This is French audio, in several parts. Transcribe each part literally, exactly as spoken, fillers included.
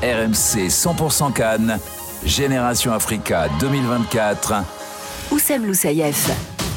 R M C cent pour cent Cannes, Génération Africa deux mille vingt-quatre. Oussem Loussaïef.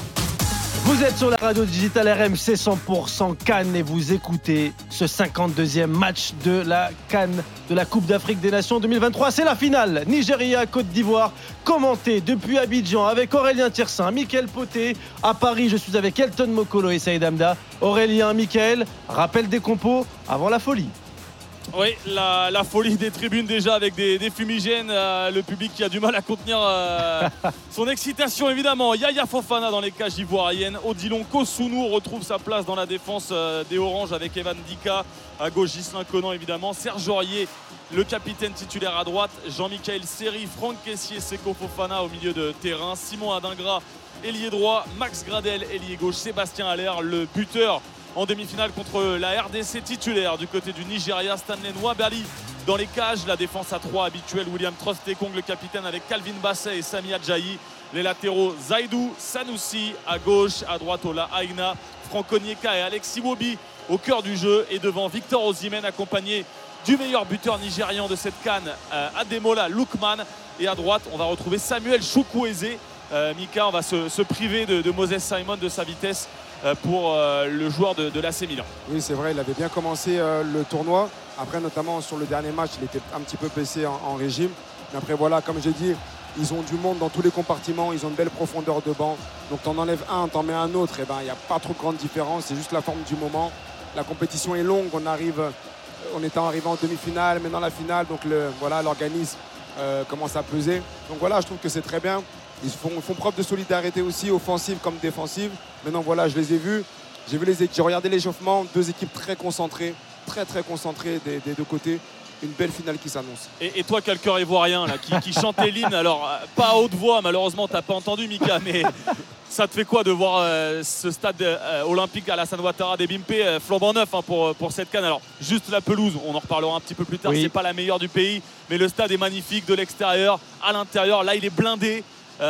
Vous êtes sur la radio digitale R M C cent pour cent Cannes et vous écoutez ce cinquante-deuxième match de la Cannes de la Coupe d'Afrique des Nations deux mille vingt-trois. C'est la finale Nigeria-Côte d'Ivoire, commentée depuis Abidjan avec Aurélien Tiersin, Mickaël Poté. À Paris, je suis avec Elton Mokolo et Saïd Hamda. Aurélien, Mickaël, rappel des compos avant la folie. Oui, la, la folie des tribunes déjà avec des, des fumigènes, euh, le public qui a du mal à contenir euh, son excitation évidemment. Yaya Fofana dans les cages ivoiriennes, Odilon Kosunu retrouve sa place dans la défense euh, des Oranges avec Evan Dika, à gauche Ghislain Conan évidemment, Serge Aurier, le capitaine titulaire à droite, Jean-Michel Seri, Franck Kessié, Seko Fofana au milieu de terrain, Simon Adingra, ailier droit, Max Gradel, ailier gauche, Sébastien Haller, le buteur en demi-finale contre la R D C titulaire du côté du Nigeria, Stanley Nwabali dans les cages, la défense à trois habituelle, William Trostekong le capitaine avec Calvin Bassey et Sami Adjayi, les latéraux Zaidou, Sanoussi à gauche, à droite Ola Aina, Franck Onyeka et Alexis Wobi au cœur du jeu et devant Victor Osimhen accompagné du meilleur buteur nigérian de cette CAN, euh, Ademola Lookman, et à droite on va retrouver Samuel Chukwueze. Euh, Mika, on va se, se priver de, de Moses Simon, de sa vitesse euh, pour euh, le joueur de, de l'A C Milan. Oui, c'est vrai, il avait bien commencé euh, le tournoi. Après, notamment sur le dernier match, il était un petit peu baissé en, en régime. Mais après, voilà, comme j'ai dit, ils ont du monde dans tous les compartiments, ils ont une belle profondeur de banc. Donc, t'en enlèves un, t'en mets un autre, et ben, il n'y a pas trop de grande différence. C'est juste la forme du moment. La compétition est longue, on arrive, on est arrivé en demi-finale, maintenant la finale. Donc, le, voilà, l'organisme euh, commence à peser. Donc, voilà, je trouve que c'est très bien. Ils font, font preuve de solidarité aussi, offensive comme défensive. Maintenant, voilà, je les ai vus. J'ai vu les équipes, j'ai regardé l'échauffement. Deux équipes très concentrées, très très concentrées des, des deux côtés. Une belle finale qui s'annonce. Et, et toi, quel cœur ivoirien là, qui, qui chantait l'hymne, alors pas à haute voix, malheureusement, t'as pas entendu, Mika, mais ça te fait quoi de voir euh, ce stade euh, olympique Alassane Ouattara des Bimpé euh, flambant neuf hein, pour, pour cette CAN. Alors, juste la pelouse, on en reparlera un petit peu plus tard, oui. C'est pas la meilleure du pays, mais le stade est magnifique de l'extérieur à l'intérieur. Là, il est blindé.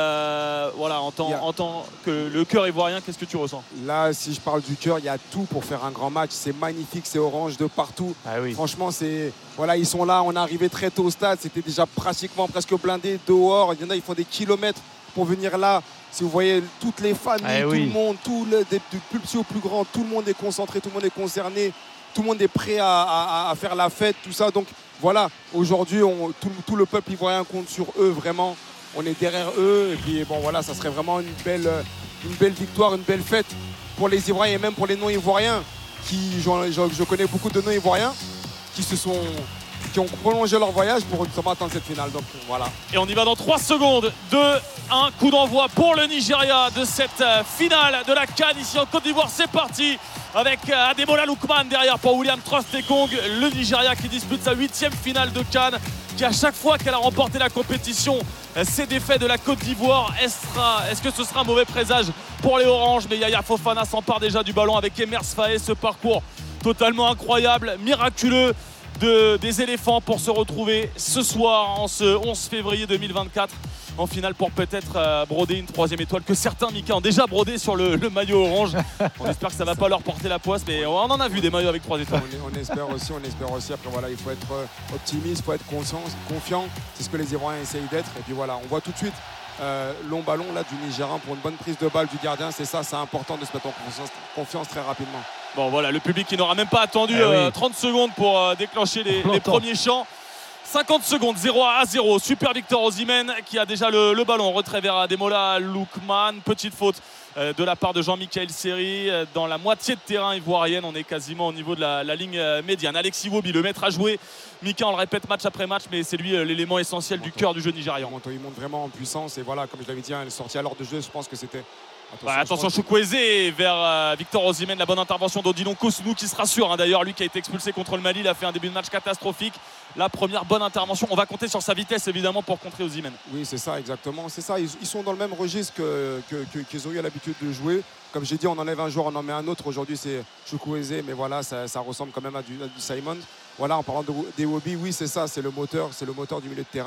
Euh, voilà, en tant, yeah. en tant que le cœur ivoirien, qu'est-ce que tu ressens? Là, si je parle du cœur, il y a tout pour faire un grand match. C'est magnifique, c'est orange de partout. Ah oui. Franchement, c'est voilà, ils sont là. On est arrivé très tôt au stade. C'était déjà pratiquement presque blindé dehors. Il y en a, ils font des kilomètres pour venir là. Si vous voyez toutes les familles, ah tout oui. le monde, tout le, des, du plus petit au plus grand, tout le monde est concentré, tout le monde est concerné, tout le monde est prêt à, à, à faire la fête, tout ça. Donc voilà, aujourd'hui, on, tout, tout le peuple ivoirien compte sur eux vraiment. On est derrière eux et puis bon voilà, ça serait vraiment une belle, une belle victoire, une belle fête pour les Ivoiriens et même pour les non-Ivoiriens qui, je, je connais beaucoup de non-Ivoiriens qui se sont, qui ont prolongé leur voyage pour justement attendre cette finale. Donc voilà. Et on y va dans trois secondes. deux un, coup d'envoi pour le Nigeria de cette finale de la CAN ici en Côte d'Ivoire. C'est parti avec Ademola Lookman derrière pour William Trostekong. Le Nigeria qui dispute sa huitième finale de CAN, qui à chaque fois qu'elle a remporté la compétition s'est défait de la Côte d'Ivoire. Est-ce, est-ce que ce sera un mauvais présage pour les Oranges? Mais Yaya Fofana s'empare déjà du ballon avec Emers Faé. Ce parcours totalement incroyable, miraculeux de, des éléphants pour se retrouver ce soir en ce onze février deux mille vingt-quatre en finale pour peut-être euh, broder une troisième étoile que certains, Mika, ont déjà brodé sur le, le maillot orange. On espère que ça ne va pas leur porter la poisse, mais on en a vu des maillots avec trois étoiles. On, on espère aussi, on espère aussi. Après voilà, il faut être optimiste, il faut être conscient, confiant. C'est ce que les Ivoiriens essayent d'être. Et puis voilà, on voit tout de suite euh, long ballon là du Nigérian pour une bonne prise de balle du gardien. C'est ça, c'est important de se mettre en confiance, confiance très rapidement. Bon voilà, le public qui n'aura même pas attendu eh euh, oui. trente secondes pour euh, déclencher les, les premiers chants. cinquante secondes, zéro à zéro. Super Victor Osimhen qui a déjà le, le ballon. Retrait vers Ademola Lookman. Petite faute euh, de la part de Jean-Michel Seri. Euh, dans la moitié de terrain ivoirienne, on est quasiment au niveau de la, la ligne euh, médiane. Alexis Wobi, le maître à jouer. Mika, on le répète match après match, mais c'est lui euh, l'élément essentiel du cœur du jeu nigérian. Il monte vraiment en puissance. Et voilà, comme je l'avais dit, elle est sortie à l'heure de jeu. Je pense que c'était... Attention, bah, attention Chukwueze vers euh, Victor Osimhen, la bonne intervention d'Odilon Kosunu qui se rassure hein, d'ailleurs, lui qui a été expulsé contre le Mali, il a fait un début de match catastrophique. La première bonne intervention, on va compter sur sa vitesse évidemment pour contrer Osimhen. Oui, c'est ça exactement, c'est ça, ils, ils sont dans le même registre que, que, que, qu'ils ont eu l'habitude de jouer. Comme j'ai dit, on enlève un joueur, on en met un autre. Aujourd'hui c'est Chukwueze, mais voilà, ça, ça ressemble quand même à du, à du Simon. Voilà, en parlant de, des Wobi, oui c'est ça, c'est le moteur, c'est le moteur du milieu de terrain.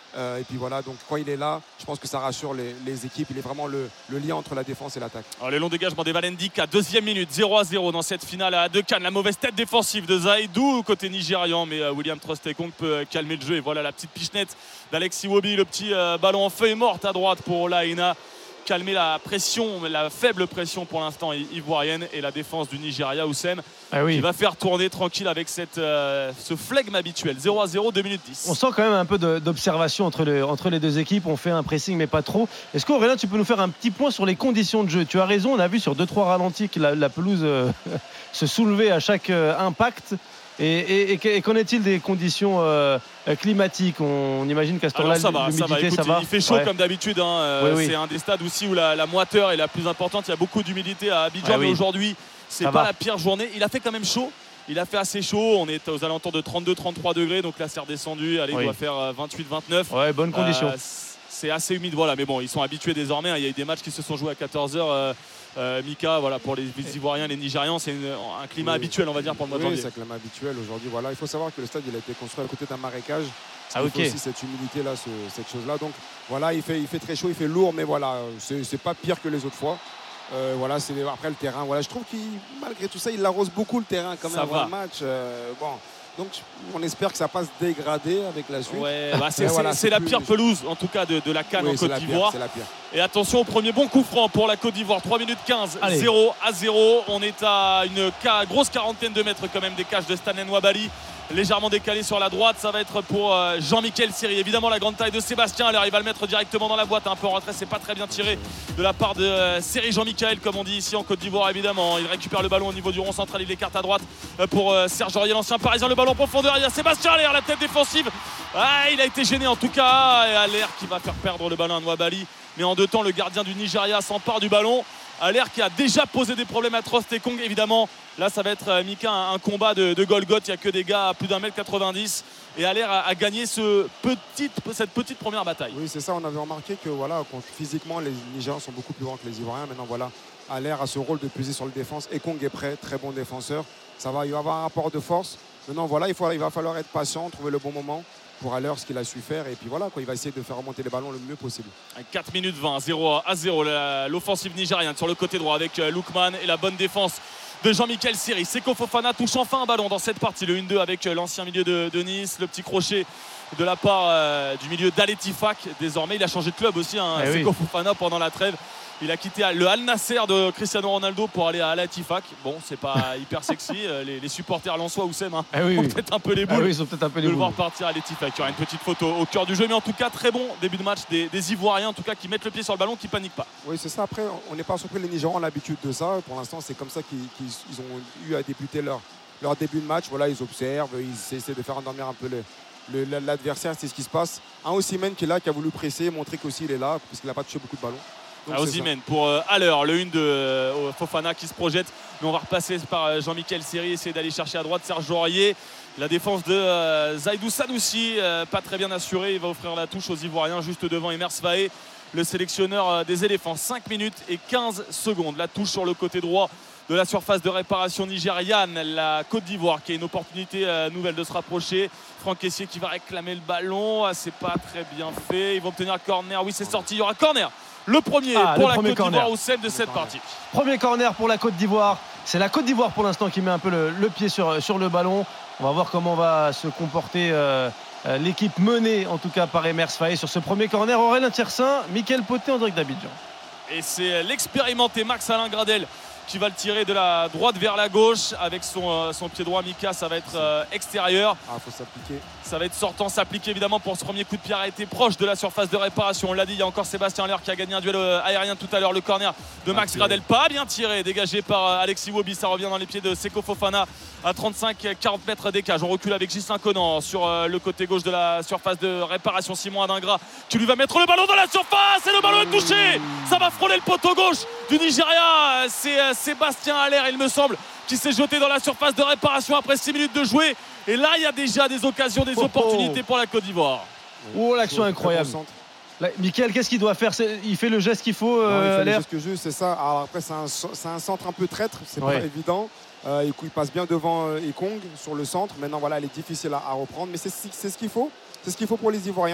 Euh, et puis voilà, donc quand il est là, je pense que ça rassure les, les équipes. Il est vraiment le, le lien entre la défense et l'attaque. Alors, les longs dégagements des Valendika, deuxième minute, zéro à zéro dans cette finale à deux Cannes. La mauvaise tête défensive de Zaïdou côté nigérian, mais euh, William Trostekong peut euh, calmer le jeu. Et voilà la petite pichenette d'Alexis Iwobi, le petit euh, ballon en feuille morte à droite pour Olaïna. Calmer la pression, la faible pression pour l'instant ivoirienne et la défense du Nigeria, Oussem, ah oui. qui va faire tourner tranquille avec cette, euh, ce flegme habituel. zéro à zéro, deux minutes dix. On sent quand même un peu de, d'observation entre, le, entre les deux équipes. On fait un pressing, mais pas trop. Est-ce qu'Aurélien, tu peux nous faire un petit point sur les conditions de jeu? Tu as raison, on a vu sur deux trois ralentis que la, la pelouse euh, se soulevait à chaque euh, impact. Et, et, et qu'en est-il des conditions euh, climatiques? On, on imagine qu'à ce temps-là, ça va, ça va. Écoute, ça va. Il fait chaud ouais. comme d'habitude. Hein. Euh, oui, oui. C'est un des stades aussi où la, la moiteur est la plus importante. Il y a beaucoup d'humidité à Abidjan, ah, mais oui. aujourd'hui, c'est ça pas va. la pire journée. Il a fait quand même chaud. Il a fait assez chaud. On est aux alentours de trente-deux trente-trois degrés. Donc là, c'est redescendu. Allez, oui. il doit faire vingt-huit vingt-neuf. Ouais, bonnes conditions. Euh, c'est assez humide, voilà. Mais bon, ils sont habitués désormais. Il y a eu des matchs qui se sont joués à quatorze heures. Euh, Euh, Mika, voilà, pour les Ivoiriens, les Nigérians, c'est une, un climat oui. habituel, on va dire, pour le mois oui, de janvier. C'est un climat habituel aujourd'hui. Voilà. Il faut savoir que le stade il a été construit à côté d'un marécage. Ah, il okay. faut aussi cette humidité-là, ce, cette chose-là. Donc voilà, il fait, il fait très chaud, il fait lourd, mais voilà, c'est, c'est pas pire que les autres fois. Euh, voilà, c'est après le terrain. Voilà, je trouve qu'il, malgré tout ça, il arrose beaucoup le terrain quand même ça avant va. le match. Euh, bon. Donc on espère que ça passe dégradé avec la suite. Ouais, bah c'est, c'est, voilà, c'est, c'est la pire pelouse en tout cas de, de la CAN oui, en Côte d'Ivoire. Pire, c'est la pire. Et attention au premier bon coup franc pour la Côte d'Ivoire. trois minutes quinze, zéro à zéro. On est à une grosse quarantaine de mètres quand même des cages de Stanen Wabali. Légèrement décalé sur la droite, ça va être pour Jean-Michel Siri. Évidemment la grande taille de Sébastien. Alors il va le mettre directement dans la boîte, un peu en retrait, c'est pas très bien tiré de la part de Siri Jean-Michel, comme on dit ici en Côte d'Ivoire évidemment. Il récupère le ballon au niveau du rond central, il l'écarte à droite pour Serge Aurier, l'ancien parisien. Le ballon en profondeur, il y a Sébastien Aller, la tête défensive. Ah, il a été gêné en tout cas. Et Aller qui va faire perdre le ballon à Nwabali. Mais en deux temps, le gardien du Nigeria s'empare du ballon. Aller qui a déjà posé des problèmes à Trostekong évidemment. Là ça va être Mika un, un combat de, de Golgoth. Il n'y a que des gars à plus d'un mètre quatre-vingt-dix. Et Aller a, a gagné ce petit, cette petite première bataille. Oui c'est ça, on avait remarqué que voilà, physiquement les Nigérians sont beaucoup plus grands que les Ivoiriens. Maintenant voilà, Aller a ce rôle de puiser sur le défense. Ekong est prêt, très bon défenseur. Ça va, il va avoir un rapport de force. Maintenant voilà, il, faut, il va falloir être patient, trouver le bon moment pour Aller ce qu'il a su faire et puis voilà quoi, il va essayer de faire remonter les ballons le mieux possible. quatre minutes vingt, zéro à zéro l'offensive nigériane sur le côté droit avec Lookman et la bonne défense de Jean-Michel Siri. Seko Fofana touche enfin un ballon dans cette partie, le un deux avec l'ancien milieu de, de Nice, le petit crochet de la part euh, du milieu d'Al-Ettifaq. Désormais il a changé de club aussi hein, eh Seko oui. Fofana pendant la trêve. Il a quitté le Al Nasser de Cristiano Ronaldo pour aller à Al-Ettifaq. Bon, c'est pas hyper sexy. Les, les supporters lensois Oussem hein, ah oui, ont oui. peut-être un peu les boules ah oui, ils ont peut-être un peu les de le boules. voir partir à Al-Ettifaq. Il y aura une petite faute au, au cœur du jeu. Mais en tout cas, très bon début de match des, des Ivoiriens, en tout cas, qui mettent le pied sur le ballon, qui paniquent pas. Oui, c'est ça. Après, on n'est pas surpris. Les Nigérians ont l'habitude de ça. Pour l'instant, c'est comme ça qu'ils, qu'ils ils ont eu à débuter leur, leur début de match. Voilà, ils observent, ils essaient de faire endormir un peu le, le, l'adversaire. C'est ce qui se passe. Un Osimhen qui est là, qui a voulu presser, montrer qu'aussi il est là, parce qu'il n'a pas touché beaucoup de ballons. Osimhen pour euh, Haller, le un de euh, Fofana qui se projette, mais on va repasser par euh, Jean-Michel Siri, essayer d'aller chercher à droite Serge Aurier. La défense de euh, Zaïdou Sanoussi, euh, pas très bien assurée, il va offrir la touche aux Ivoiriens juste devant Emers Faé, le sélectionneur euh, des éléphants. Cinq minutes et quinze secondes, la touche sur le côté droit de la surface de réparation nigériane, la Côte d'Ivoire qui a une opportunité euh, nouvelle de se rapprocher. Franck Kessié qui va réclamer le ballon, ah, c'est pas très bien fait, ils vont obtenir corner, oui c'est sorti, il y aura corner. Le premier ah, pour le la premier Côte d'Ivoire au sein de cette corner. partie. Premier corner pour la Côte d'Ivoire. C'est la Côte d'Ivoire pour l'instant qui met un peu le, le pied sur, sur le ballon. On va voir comment va se comporter euh, euh, l'équipe menée en tout cas par Emers Faé sur ce premier corner. Aurélien Tiersin, Mickaël Poté en direct d'Abidjan. Et c'est l'expérimenté Max-Alain Gradel qui va le tirer de la droite vers la gauche avec son, euh, son pied droit. Mika, ça va être euh, extérieur. Ah, faut s'appliquer. Ça va être sortant, s'appliquer évidemment pour ce premier coup de pied arrêté proche de la surface de réparation. On l'a dit, il y a encore Sébastien Aller qui a gagné un duel aérien tout à l'heure. Le corner de Max Gradel, pas bien tiré, dégagé par Alexis Iwobi. Ça revient dans les pieds de Seko Fofana à trente-cinq à quarante mètres des cages. On recule avec Ghislain Conan sur le côté gauche de la surface de réparation. Simon Adingra qui lui va mettre le ballon dans la surface et le ballon est touché. Ça va frôler le poteau gauche du Nigeria. C'est Sébastien Aller, il me semble, qui s'est jeté dans la surface de réparation après six minutes de jouer. Et là, il y a déjà des occasions, des oh opportunités oh. pour la Côte d'Ivoire. Oh, l'action incroyable. Mickaël, qu'est-ce qu'il doit faire? Il fait le geste qu'il faut, euh, non, il fait Aller. Le geste que juste, c'est ça. Alors après, c'est un, c'est un centre un peu traître, c'est ouais. pas évident. Euh, il, il passe bien devant euh, Ekong sur le centre. Maintenant, voilà, elle est difficile à, à reprendre, mais c'est, c'est ce qu'il faut. C'est ce qu'il faut pour les Ivoiriens.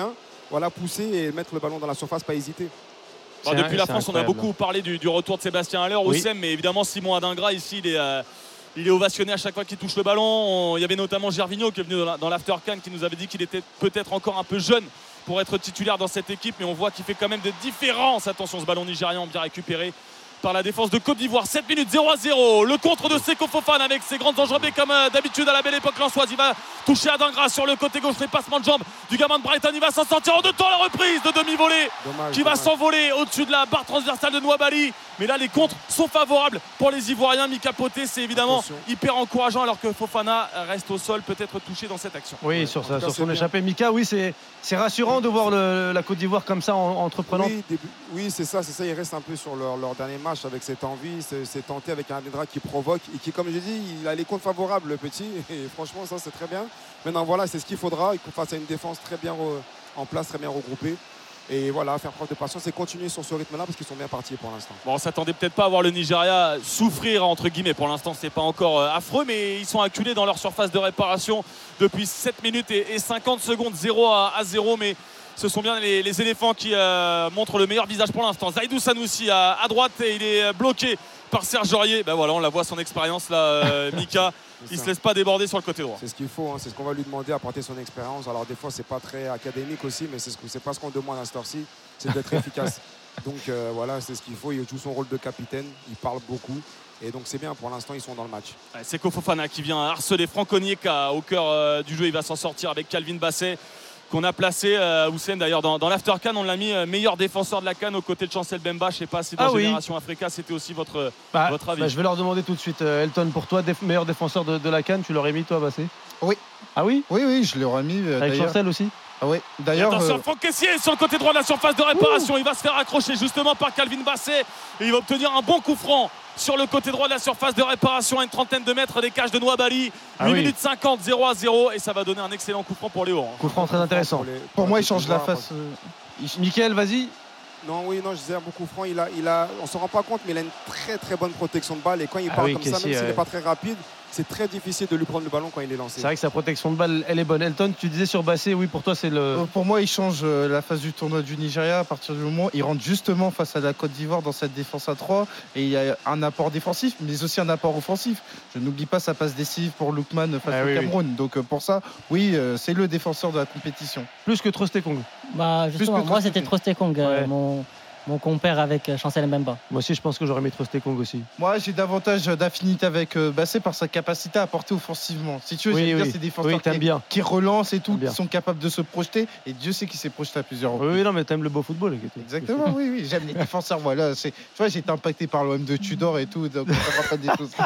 voilà, pousser et mettre le ballon dans la surface, pas hésiter. Bon, depuis la France, on a beaucoup parlé du, du retour de Sébastien Haller au oui. S E M, mais évidemment Simon Adingra ici, il est, euh, il est ovationné à chaque fois qu'il touche le ballon. On, il y avait notamment Gervinho qui est venu dans l'After-Can qui nous avait dit qu'il était peut-être encore un peu jeune pour être titulaire dans cette équipe, mais on voit qu'il fait quand même des différences. Attention, ce ballon nigérian bien récupéré par la défense de Côte d'Ivoire. sept minutes, zéro à zéro. Le contre de Seko Fofana avec ses grandes enjambées comme d'habitude à la belle époque lançoise. Il va toucher Adingra sur le côté gauche. Les passements de jambes du gamin de Brighton. Il va s'en sortir en deux temps. La reprise de demi-volée qui va s'envoler au-dessus de la barre transversale de Nouabali. Mais là, les contres sont favorables pour les Ivoiriens. Mika Poté, c'est évidemment Attention. hyper encourageant alors que Fofana reste au sol, peut-être touché dans cette action. Oui, ouais, sur, sa, sur son échappée. Mika, oui, c'est, c'est rassurant de voir le, la Côte d'Ivoire comme ça en, entreprenante. Oui, début, oui, c'est ça, c'est ça. Ils restent un peu sur leur, leur dernier match avec cette envie, c'est tenté avec un Adingra qui provoque et qui, comme je dis, il a les comptes favorables, le petit. Et franchement, ça, c'est très bien. Maintenant, voilà, c'est ce qu'il faudra. Il faut face à une défense très bien en place, très bien regroupée. Et voilà, faire preuve de patience et continuer sur ce rythme-là parce qu'ils sont bien partis pour l'instant. Bon, on s'attendait peut-être pas à voir le Nigeria souffrir, entre guillemets. Pour l'instant, c'est pas encore euh, affreux, mais ils sont acculés dans leur surface de réparation depuis sept minutes et, et cinquante secondes, zéro à zéro. Mais ce sont bien les, les éléphants qui euh, montrent le meilleur visage pour l'instant. Zaïdou Sanoussi à, à droite et il est bloqué par Serge Aurier. Ben voilà, on la voit son expérience là, euh, Mika. Il ne se laisse pas déborder sur le côté droit. C'est ce qu'il faut, hein, c'est ce qu'on va lui demander, apporter son expérience. Alors des fois, c'est pas très académique aussi, mais c'est ce, c'est pas ce qu'on demande à cette heure-ci, c'est d'être efficace. Donc euh, voilà, c'est ce qu'il faut. Il joue son rôle de capitaine, il parle beaucoup. Et donc c'est bien, pour l'instant, ils sont dans le match. Ouais, Seko Fofana qui vient harceler Franck Onyeka au cœur euh, du jeu. Il va s'en sortir avec Calvin Basset, qu'on a placé, euh, Houssem d'ailleurs dans, dans l'After-Can, on l'a mis euh, meilleur défenseur de la Cannes aux côtés de Chancel Bemba. Je ne sais pas si dans ah Génération oui. Africa c'était aussi votre, bah, votre avis. Bah, je vais leur demander tout de suite, euh, Elton, pour toi, déf- meilleur défenseur de, de la Cannes, tu l'aurais mis toi, Bassé? Oui. Ah oui? Oui, oui, je l'aurais mis. Euh, avec Chancel aussi? Ah oui. D'ailleurs, attention, euh... Franck Caissier sur le côté droit de la surface de réparation. Ouh. Il va se faire accrocher justement par Calvin Basset et il va obtenir un bon coup franc sur le côté droit de la surface de réparation à une trentaine de mètres des cages de Nouabali. Ah huit oui. minutes cinquante, zéro à zéro et ça va donner un excellent coup franc pour Léo. Hein. Coup franc très intéressant. Pour, les, pour, pour moi, il change la face. Euh... Mickaël, vas-y. Non, oui, non, je disais un bon coup franc. Il a, il a, on ne s'en rend pas compte, mais il a une très très bonne protection de balle. Et quand il ah part oui, comme ça, même s'il n'est ouais. pas très rapide, c'est très difficile de lui prendre le ballon quand il est lancé. C'est vrai que sa protection de balle, elle est bonne. Elton, tu disais sur Bassé, oui, pour toi, c'est le. Pour moi, il change la phase du tournoi du Nigeria à partir du moment où il rentre justement face à la Côte d'Ivoire dans cette défense à trois. Et il y a un apport défensif, mais aussi un apport offensif. Je n'oublie pas sa passe décisive pour Lookman face ah, au oui, Cameroun. Oui. Donc pour ça, oui, c'est le défenseur de la compétition. Plus que Trostekong. Bah, justement, moi, c'était Trostekong, ouais. mon. Mon compère avec Chancel Mbemba. Moi aussi, je pense que j'aurais mis Trostekong aussi. Moi, j'ai davantage d'affinité avec Bassé par sa capacité à apporter offensivement. Si tu veux, oui, j'aime oui. bien ces défenseurs oui, qui, bien. qui relancent et tout, qui sont capables de se projeter. Et Dieu sait qu'il s'est projeté à plusieurs reprises. Oui, non, mais t'aimes le beau football. Exactement, oui, oui. J'aime les défenseurs. Voilà, c'est... Tu vois, j'ai été impacté par l'O M de Tudor et tout. Donc, ça va pas des choses.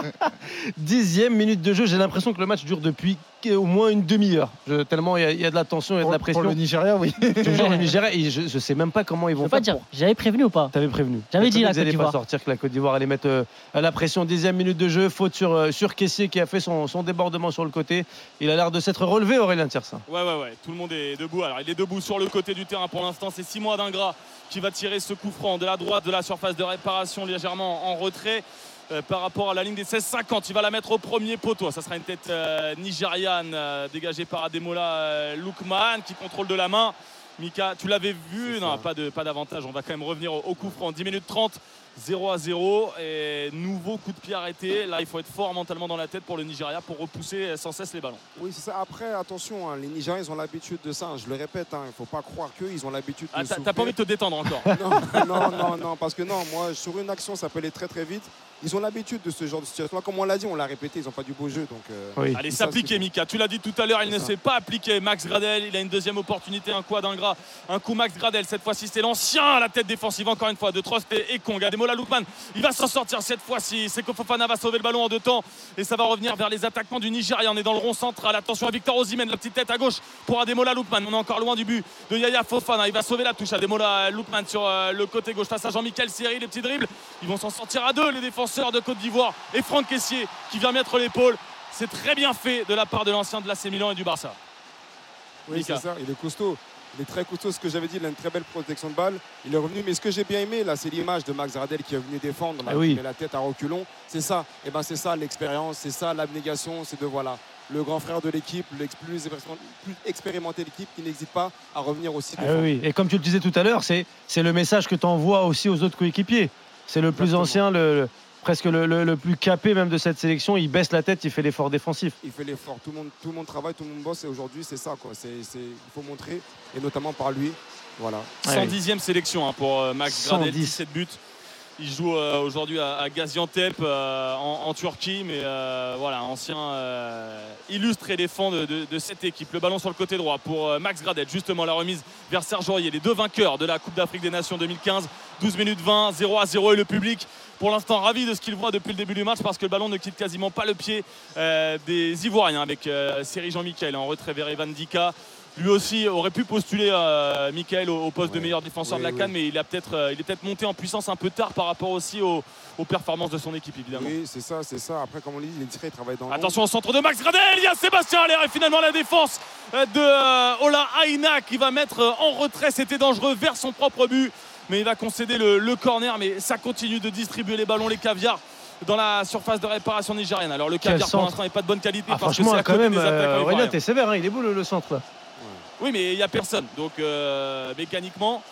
Dixième minute de jeu. J'ai l'impression que le match dure depuis au moins une demi-heure. Je, tellement il y, y a de la tension, il y a de la pression. Pour le Nigeria, oui. Toujours le Nigeria. Et je, je sais même pas comment ils vont je faire. Pas dire. Pour... J'avais prévenu ou pas? T'avais prévenu. J'avais dit la Côte d'Ivoire. Pas sortir que la Côte d'Ivoire allait mettre euh, la pression. Dixième minute de jeu, faute sur, euh, sur Caissier qui a fait son, son débordement sur le côté. Il a l'air de s'être relevé, Aurélien Tiersin. Ouais, ouais, ouais. Tout le monde est debout. Alors, il est debout sur le côté du terrain pour l'instant. C'est Simon Adingra qui va tirer ce coup franc de la droite de la surface de réparation, légèrement en retrait euh, par rapport à la ligne des seize cinquante. Il va la mettre au premier poteau. Ça sera une tête euh, nigériane euh, dégagée par Ademola euh, Lookman qui contrôle de la main. Mika, tu l'avais vu, non, pas, de, pas d'avantage. On va quand même revenir au, au coup franc. dix minutes trente, zéro à zéro. Et nouveau coup de pied arrêté. Là, il faut être fort mentalement dans la tête pour le Nigeria pour repousser sans cesse les ballons. Oui, c'est ça. Après, attention, hein, les Nigériens, ils ont l'habitude de ça. Hein. Je le répète, il hein, ne faut pas croire qu'eux, ils ont l'habitude ah, de t'as, souffler. T'as pas envie de te détendre encore? non, non, non, non, parce que non, moi, sur une action, ça peut aller très, très vite. Ils ont l'habitude de ce genre de situation. Comme on l'a dit, on l'a répété, ils n'ont pas du beau jeu. Donc, euh, oui. Allez, s'appliquer, Mika. Tu l'as dit tout à l'heure, il c'est ne ça. s'est pas appliqué. Max Gradel, il a une deuxième opportunité, un coup d'Ingra, un coup Max Gradel. Cette fois-ci, c'est l'ancien à la tête défensive, encore une fois, de Trost et, et Kong. Ademola Lookman, il va s'en sortir cette fois-ci. Seko Fofana va sauver le ballon en deux temps et ça va revenir vers les attaquants du Nigeria. On est dans le rond central. Attention à Victor Osimhen, la petite tête à gauche pour Ademola Lookman. On est encore loin du but de Yaya Fofana. Il va sauver la touche. Ademola Lookman sur euh, le côté gauche face à Jean-Michel Seri. Les petits dribbles, ils vont s'en sortir à deux, les défenseurs de Côte d'Ivoire. Et Franck Caissier qui vient mettre l'épaule. C'est très bien fait de la part de l'ancien de l'A C Milan et du Barça. Oui, Mika. C'est ça, il est costaud. Il est très costaud, ce que j'avais dit, il a une très belle protection de balle. Il est revenu, mais ce que j'ai bien aimé, là, c'est l'image de Max Gradel qui est venu défendre, là, ah oui. qui met la tête à reculons. C'est ça, et ben c'est ça l'expérience, c'est ça l'abnégation, c'est de voilà, le grand frère de l'équipe, le plus expérimenté de l'équipe, qui n'hésite pas à revenir aussi. Ah oui, et comme tu le disais tout à l'heure, c'est, c'est le message que tu envoies aussi aux autres coéquipiers. C'est le Exactement. plus ancien, le, le, presque le, le, le plus capé même de cette sélection. Il baisse la tête, il fait l'effort défensif. Il fait l'effort, tout le monde, tout le monde travaille, tout le monde bosse, et aujourd'hui c'est ça, quoi. C'est, c'est, il faut montrer, et notamment par lui. Voilà. cent dixième sélection hein, pour euh, Max Gradel, dix-sept buts. Il joue euh, aujourd'hui à, à Gaziantep euh, en, en Turquie, mais euh, voilà, ancien euh, illustre éléphant de, de, de cette équipe. Le ballon sur le côté droit pour euh, Max Gradel, justement la remise vers Serge Aurier, les deux vainqueurs de la Coupe d'Afrique des Nations deux mille quinze, douze minutes vingt, zéro à zéro, et le public pour l'instant ravi de ce qu'il voit depuis le début du match, parce que le ballon ne quitte quasiment pas le pied euh, des Ivoiriens, avec euh, Seri Jean-Michel en retrait vers Evan Dika. Lui aussi aurait pu postuler euh, Michael au, au poste ouais. de meilleur défenseur oui, de la CAN, oui. mais il, a peut-être, euh, il est peut-être monté en puissance un peu tard par rapport aussi aux, aux performances de son équipe, évidemment. Oui, c'est ça, c'est ça. Après, comme on dit, il est discret, il travaille dans Attention au centre de Max Gradel, il y a Sébastien Haller et finalement la défense de euh, Ola Aina qui va mettre euh, en retrait. C'était dangereux vers son propre but, mais il va concéder le, le corner, mais ça continue de distribuer les ballons, les caviars dans la surface de réparation nigérienne. Alors le caviar pour l'instant n'est pas de bonne qualité ah, parce que c'est à quand côté même, des attaquants. Aurélien, t'es sévère, hein, il est beau le, le centre là. Oui, mais il n'y a personne. Donc, euh, mécaniquement,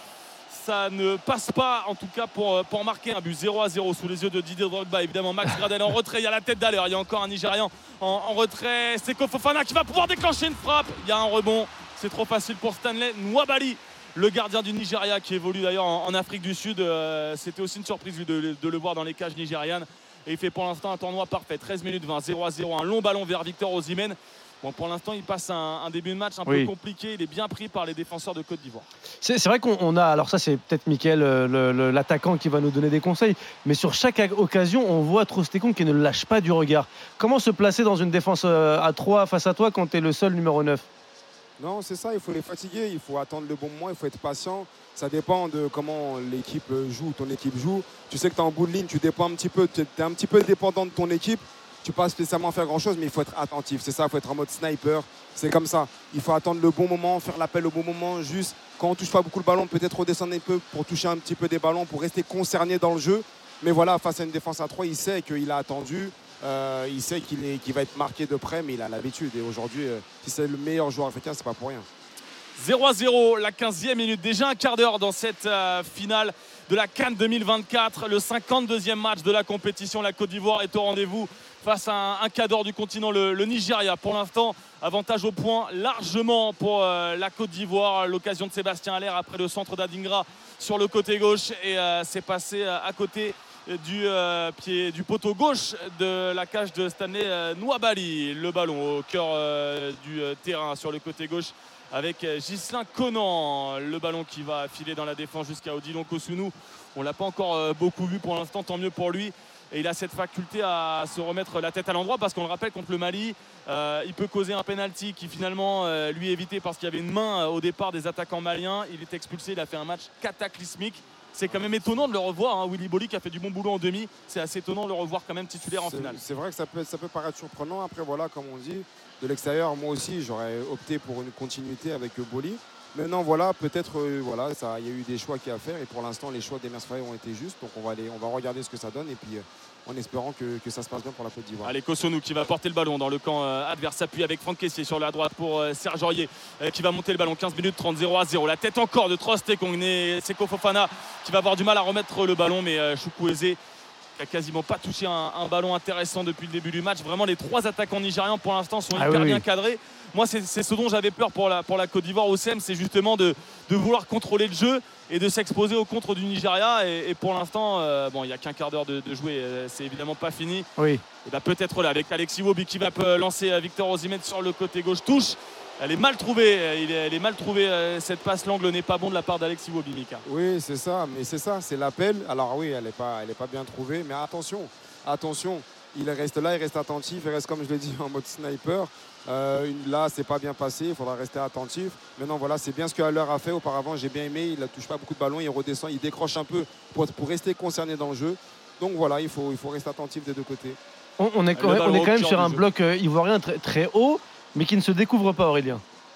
ça ne passe pas, en tout cas, pour, pour marquer un but. zéro à zéro sous les yeux de Didier Drogba. Évidemment, Max Gradel en retrait. Il y a la tête d'Haller. Il y a encore un Nigérian en, en retrait. Seko Fofana qui va pouvoir déclencher une frappe. Il y a un rebond. C'est trop facile pour Stanley Nwabali, le gardien du Nigeria, qui évolue d'ailleurs en, en Afrique du Sud. Euh, c'était aussi une surprise de, de, de le voir dans les cages nigérianes. Et il fait pour l'instant un tournoi parfait. treize minutes vingt, zéro à zéro. Un long ballon vers Victor Osimhen. Bon, pour l'instant, il passe un, un début de match un oui. peu compliqué. Il est bien pris par les défenseurs de Côte d'Ivoire. C'est, c'est vrai qu'on a, alors ça c'est peut-être Mickaël, le, le, l'attaquant qui va nous donner des conseils, mais sur chaque occasion, on voit Trostekong qui ne lâche pas du regard. Comment se placer dans une défense à trois face à toi quand tu es le seul numéro neuf ? Non, c'est ça, il faut les fatiguer, il faut attendre le bon moment, il faut être patient. Ça dépend de comment l'équipe joue, ton équipe joue. Tu sais que tu es en bout de ligne, tu dépends un petit peu, tu es un petit peu dépendant de ton équipe. Tu ne peux pas spécialement faire grand chose, mais il faut être attentif. C'est ça, il faut être en mode sniper. C'est comme ça. Il faut attendre le bon moment, faire l'appel au bon moment. Juste quand on ne touche pas beaucoup le ballon, peut-être redescendre un peu pour toucher un petit peu des ballons, pour rester concerné dans le jeu. Mais voilà, face à une défense à trois, il sait qu'il a attendu. Euh, il sait qu'il, est, qu'il va être marqué de près, mais il a l'habitude. Et aujourd'hui, euh, si c'est le meilleur joueur africain, ce n'est pas pour rien. zéro à zéro, la quinzième minute. Déjà un quart d'heure dans cette euh, finale de la CAN deux mille vingt-quatre. Le cinquante-deuxième match de la compétition. La Côte d'Ivoire est au rendez-vous face à un, un cadre du continent, le, le Nigeria. Pour l'instant, avantage au point largement pour euh, la Côte d'Ivoire. L'occasion de Sébastien Haller après le centre d'Adingra sur le côté gauche. Et euh, c'est passé euh, à côté du, euh, pied, du poteau gauche de la cage de Stanley euh, Nwabali. Le ballon au cœur euh, du euh, terrain sur le côté gauche avec Ghislain Conan. Le ballon qui va filer dans la défense jusqu'à Odilon Kosunu. On ne l'a pas encore euh, beaucoup vu pour l'instant, tant mieux pour lui. Et il a cette faculté à se remettre la tête à l'endroit parce qu'on le rappelle, contre le Mali, euh, il peut causer un penalty qui finalement euh, lui est évité parce qu'il y avait une main euh, au départ des attaquants maliens. Il est expulsé, il a fait un match cataclysmique. C'est quand même étonnant de le revoir, hein. Willy Boli qui a fait du bon boulot en demi. C'est assez étonnant de le revoir quand même titulaire en c'est, finale. C'est vrai que ça peut, ça peut paraître surprenant. Après voilà, comme on dit, de l'extérieur, moi aussi j'aurais opté pour une continuité avec Boli. Maintenant voilà, peut-être euh, voilà, ça, il y a eu des choix qu'il y a à faire et pour l'instant les choix d'Emers Faé ont été justes. Donc on va, aller, on va regarder ce que ça donne et puis euh, en espérant que, que ça se passe bien pour la Côte d'Ivoire. Allez, Kosunu qui va porter le ballon dans le camp euh, adverse, s'appuie avec Franck Kessié sur la droite pour euh, Serge Aurier euh, qui va monter le ballon. quinze minutes trente, zéro à zéro. La tête encore de Trostekong et Seko Fofana qui va avoir du mal à remettre le ballon, mais euh, Chukwueze qui a quasiment pas touché un, un ballon intéressant depuis le début du match. Vraiment, les trois attaquants nigérians pour l'instant sont ah hyper oui, bien oui. cadrés. Moi, c'est, c'est ce dont j'avais peur pour la, pour la Côte d'Ivoire au C M, c'est justement de, de vouloir contrôler le jeu et de s'exposer au contre du Nigeria. Et, et pour l'instant, euh, bon, il n'y a qu'un quart d'heure de, de jouer, euh, c'est évidemment pas fini. Oui. Et bah, peut-être là, avec Alexis Iwobi qui va lancer Victor Osimhen sur le côté gauche, touche. Elle est mal trouvée, elle est mal trouvée cette passe, l'angle n'est pas bon de la part d'Alexis Iwobi, Mika. Oui, c'est ça, mais c'est ça, c'est l'appel. Alors oui, elle n'est pas, elle est pas bien trouvée, mais attention, attention, il reste là, il reste attentif, il reste comme je l'ai dit en mode sniper. Euh, là, c'est pas bien passé, il faudra rester attentif. Maintenant, voilà, c'est bien ce que Haller a fait auparavant, j'ai bien aimé, il ne touche pas beaucoup de ballons, il redescend, il décroche un peu pour, pour rester concerné dans le jeu. Donc voilà, il faut, il faut rester attentif des deux côtés. On, on est, on est quand même sur un bloc ivoirien très, très haut, mais qui ne se découvre pas, Aurélien.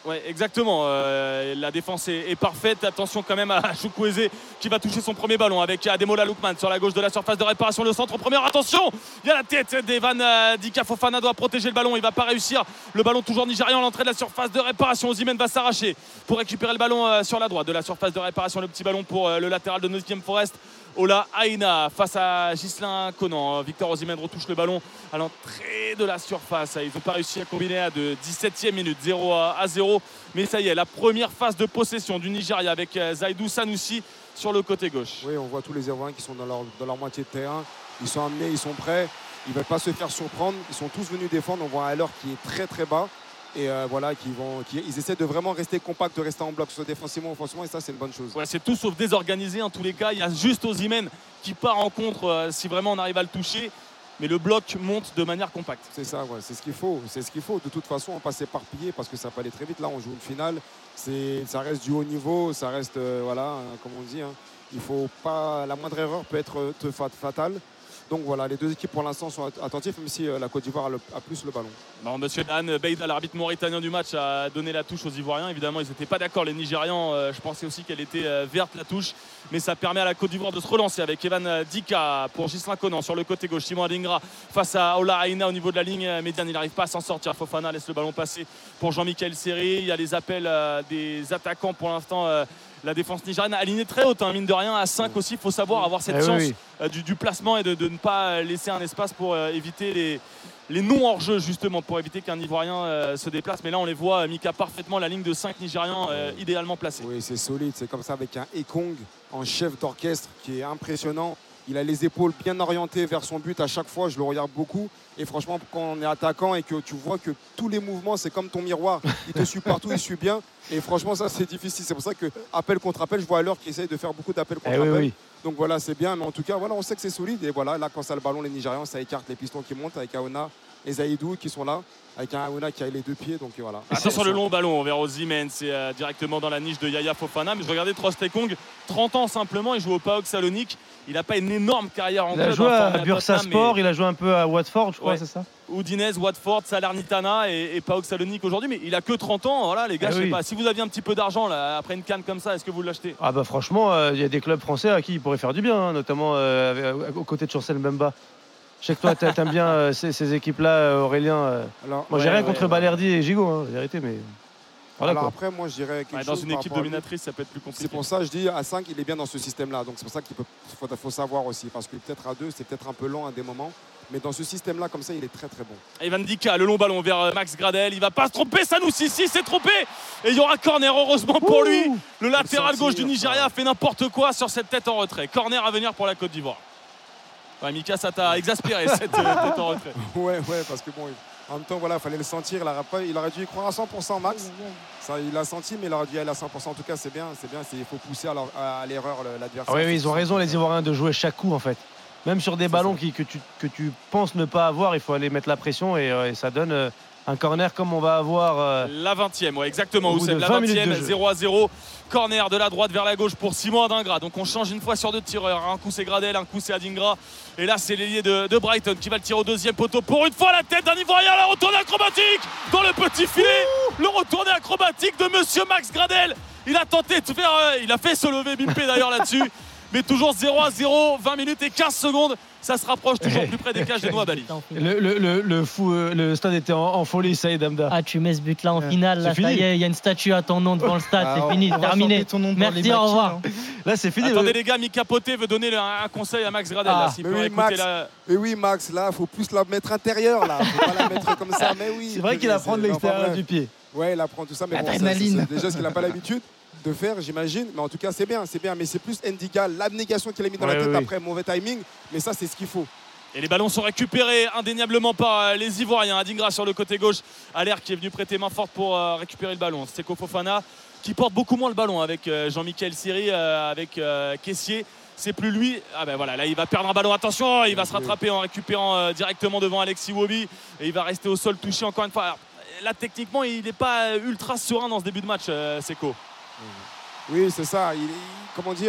Ouais, exactement. Euh, la défense est, est parfaite. Attention quand même à Chukwueze qui va toucher son premier ballon avec Ademola Lookman sur la gauche de la surface de réparation. Le centre première. Attention, il y a la tête d'Evan euh, Dika Fofana, doit protéger le ballon. Il va pas réussir. Le ballon toujours nigérian à l'entrée de la surface de réparation. Osimhen va s'arracher pour récupérer le ballon euh, sur la droite de la surface de réparation. Le petit ballon pour euh, le latéral de Nottingham Forest. Ola Aina face à Ghislain Conan. Victor Osimhen retouche le ballon à l'entrée de la surface. Ils n'ont pas réussi à combiner à de dix-septième minute, zéro à zéro. Mais ça y est, la première phase de possession du Nigeria avec Zaidou Sanusi sur le côté gauche. Oui, on voit tous les Ivoiriens qui sont dans leur, dans leur moitié de terrain. Ils sont amenés, ils sont prêts. Ils ne veulent pas se faire surprendre. Ils sont tous venus défendre. On voit un Haller qui est très très bas. Et euh, voilà, qui vont, qui, ils essaient de vraiment rester compacts, de rester en bloc, soit défensivement ou offensivement, et ça, c'est une bonne chose. Ouais, c'est tout sauf désorganisé en tous les cas. Il y a juste Osimhen qui part en contre euh, si vraiment on arrive à le toucher. Mais le bloc monte de manière compacte. C'est ça, ouais, c'est ce qu'il faut. C'est ce qu'il faut. De toute façon, on va pas s'éparpiller parce que ça peut aller très vite. Là, on joue une finale. C'est, ça reste du haut niveau. Ça reste, euh, voilà, hein, comme on dit. Hein, il faut pas, la moindre erreur peut être euh, fatale. Donc voilà, les deux équipes pour l'instant sont attentives, même si euh, la Côte d'Ivoire a, le, a plus le ballon. Bon, Monsieur Dan Beida, l'arbitre mauritanien du match, a donné la touche aux Ivoiriens. Évidemment, ils n'étaient pas d'accord, les Nigérians. Euh, je pensais aussi qu'elle était euh, verte, la touche. Mais ça permet à la Côte d'Ivoire de se relancer avec Evan Dika pour Ghislain Conan sur le côté gauche. Simon Adingra face à Ola Aina au niveau de la ligne médiane. Il n'arrive pas à s'en sortir. Fofana laisse le ballon passer pour Jean-Michel Seri. Il y a les appels euh, des attaquants pour l'instant. Euh, La défense nigériane alignée très haute, hein, mine de rien, à cinq aussi. Il faut savoir avoir cette eh chance oui. euh, du, du placement et de, de ne pas laisser un espace pour euh, éviter les, les non hors-jeu, justement, pour éviter qu'un Ivoirien euh, se déplace. Mais là, on les voit, Mika parfaitement la ligne de cinq Nigérians euh, idéalement placés. Oui, c'est solide. C'est comme ça avec un Ekong en chef d'orchestre qui est impressionnant. Il a les épaules bien orientées vers son but à chaque fois. Je le regarde beaucoup. Et franchement, quand on est attaquant et que tu vois que tous les mouvements, c'est comme ton miroir. Il te suit partout, il suit bien. Et franchement, ça, c'est difficile. C'est pour ça que appel contre appel, je vois à l'heure qui essaye de faire beaucoup d'appels contre eh appel. oui, oui. Donc voilà, c'est bien. Mais en tout cas, voilà, on sait que c'est solide. Et voilà, là, quand ça a le ballon, les Nigérians, ça écarte les pistons qui montent avec Aona et Zaidou qui sont là. Avec un Aona qui a les deux pieds. Donc voilà. Attention, le long ballon vers Osimhen, c'est euh, directement dans la niche de Yaya Fofana. Mais je regardais Trostekong, trente ans simplement, il joue au PAOK Salonique. Il n'a pas une énorme carrière en Il club. a joué à Tottenham, Bursaspor, mais... il a joué un peu à Watford, je crois, Ouais. c'est ça? Udinese, Watford, Salernitana et, et PAOK Salonique aujourd'hui. Mais il a que trente ans. Voilà, les gars, Eh je sais oui. pas. Si vous aviez un petit peu d'argent là, après une canne comme ça, est-ce que vous l'achetez? Ah bah franchement, il euh, y a des clubs français à qui il pourrait faire du bien, hein, notamment euh, avec- aux côtés de Chancel Mbemba. Je sais que toi, t'a- t'aimes bien euh, ces, ces équipes-là, euh, Aurélien. euh. Alors, Moi, j'ai Ouais, rien ouais, contre ouais. Balerdi et Gigot, hein, la vérité, mais voilà alors quoi. après, moi, je dirais quelque Ouais, dans chose une par équipe rapport à lui. dominatrice, ça peut être plus compliqué. C'est pour ça que je dis à cinq, il est bien dans ce système-là. Donc c'est pour ça qu'il peut, faut, faut savoir aussi. Parce que peut-être à deux, c'est peut-être un peu lent à des moments. Mais dans ce système-là, comme ça, il est très très bon. Evan Dika, le long ballon vers euh, Max Gradel. Il va pas se tromper, Sanusi si s'est trompé. Et il y aura corner, heureusement pour lui. Le latéral gauche du Nigeria a fait n'importe quoi sur cette tête en retrait. Corner à venir pour la Côte d'Ivoire. Ouais, Mika, ça t'a exaspéré cette euh, tête en retrait. Ouais, ouais, parce que bon, en même temps, voilà, il fallait le sentir. Il aurait, pas, il aurait dû y croire à cent pour cent, Max. Ça, il l'a senti, mais il aurait dû y aller à cent pour cent. En tout cas, c'est bien, c'est bien. C'est, il faut pousser à, leur- à l'erreur le- l'adversaire. Ah oui, oui, ils ont raison, les Ivoiriens, de jouer chaque coup en fait. Même sur des C'est ballons ça. qui, que, tu, que tu penses ne pas avoir, il faut aller mettre la pression et, euh, et ça donne euh, un corner comme on va avoir. euh, La vingtième, ouais, exactement. Au bout Oussem, de la vingt minutes vingtième, de jeu. zéro à zéro. Corner de la droite vers la gauche pour Simon Adingra. Donc on change une fois sur deux tireurs. Un coup c'est Gradel, un coup c'est Adingra. Et là c'est l'ailier de, de Brighton qui va le tirer au deuxième poteau. Pour une fois la tête d'un Ivoirien, la retournée acrobatique dans le petit filet. Le retourné acrobatique de Monsieur Max Gradel. Il a tenté de faire, euh, il a fait se lever Bimpé d'ailleurs là-dessus. Mais toujours zéro à zéro, vingt minutes et quinze secondes. Ça se rapproche toujours plus près des cages des Noix-Bali. le, le, le, le fou, euh, le stade était en, en folie, ça y est, Damda. Ah, tu mets ce but-là en finale, là, C'est ça fini. y est, il y a une statue à ton nom devant le stade, Ah, c'est on- fini, on va terminé. chanter ton nom dans Merci, les au revoir. maquis, hein. Là, c'est fini. Attendez le- les gars, Mika Poté veut donner un, un conseil à Max Gradel. Ah, là, s'il mais peut oui, écouter Max. la- Et oui, Max, là, il faut plus la mettre intérieure, là. Faut pas la mettre comme ça, mais oui. C'est vrai qu'il apprend de C'est- l'extérieur enfin, du pied. Ouais, il apprend tout ça, mais bon, ça, c'est, L'adrénaline. c'est déjà ce qu'il n'a pas l'habitude de faire, j'imagine. Mais en tout cas, c'est bien, c'est bien. Mais c'est plus Ndiga, l'abnégation qu'il a mis dans Ouais, la tête oui, oui. après mauvais timing. Mais ça, c'est ce qu'il faut. Et les ballons sont récupérés indéniablement par euh, les Ivoiriens. Adingra sur le côté gauche, Aller qui est venu prêter main forte pour euh, récupérer le ballon. Seko Fofana qui porte beaucoup moins le ballon avec euh, Jean-Michel Siri, euh, avec euh, Kessié. C'est plus lui. Ah ben voilà, là il va perdre un ballon. Attention, il va se rattraper en récupérant euh, directement devant Alexis Iwobi. Et il va rester au sol touché encore une fois. Alors, là techniquement, il n'est pas euh, ultra serein dans ce début de match, euh, Seko. Oui, c'est ça. Il, il- comment dire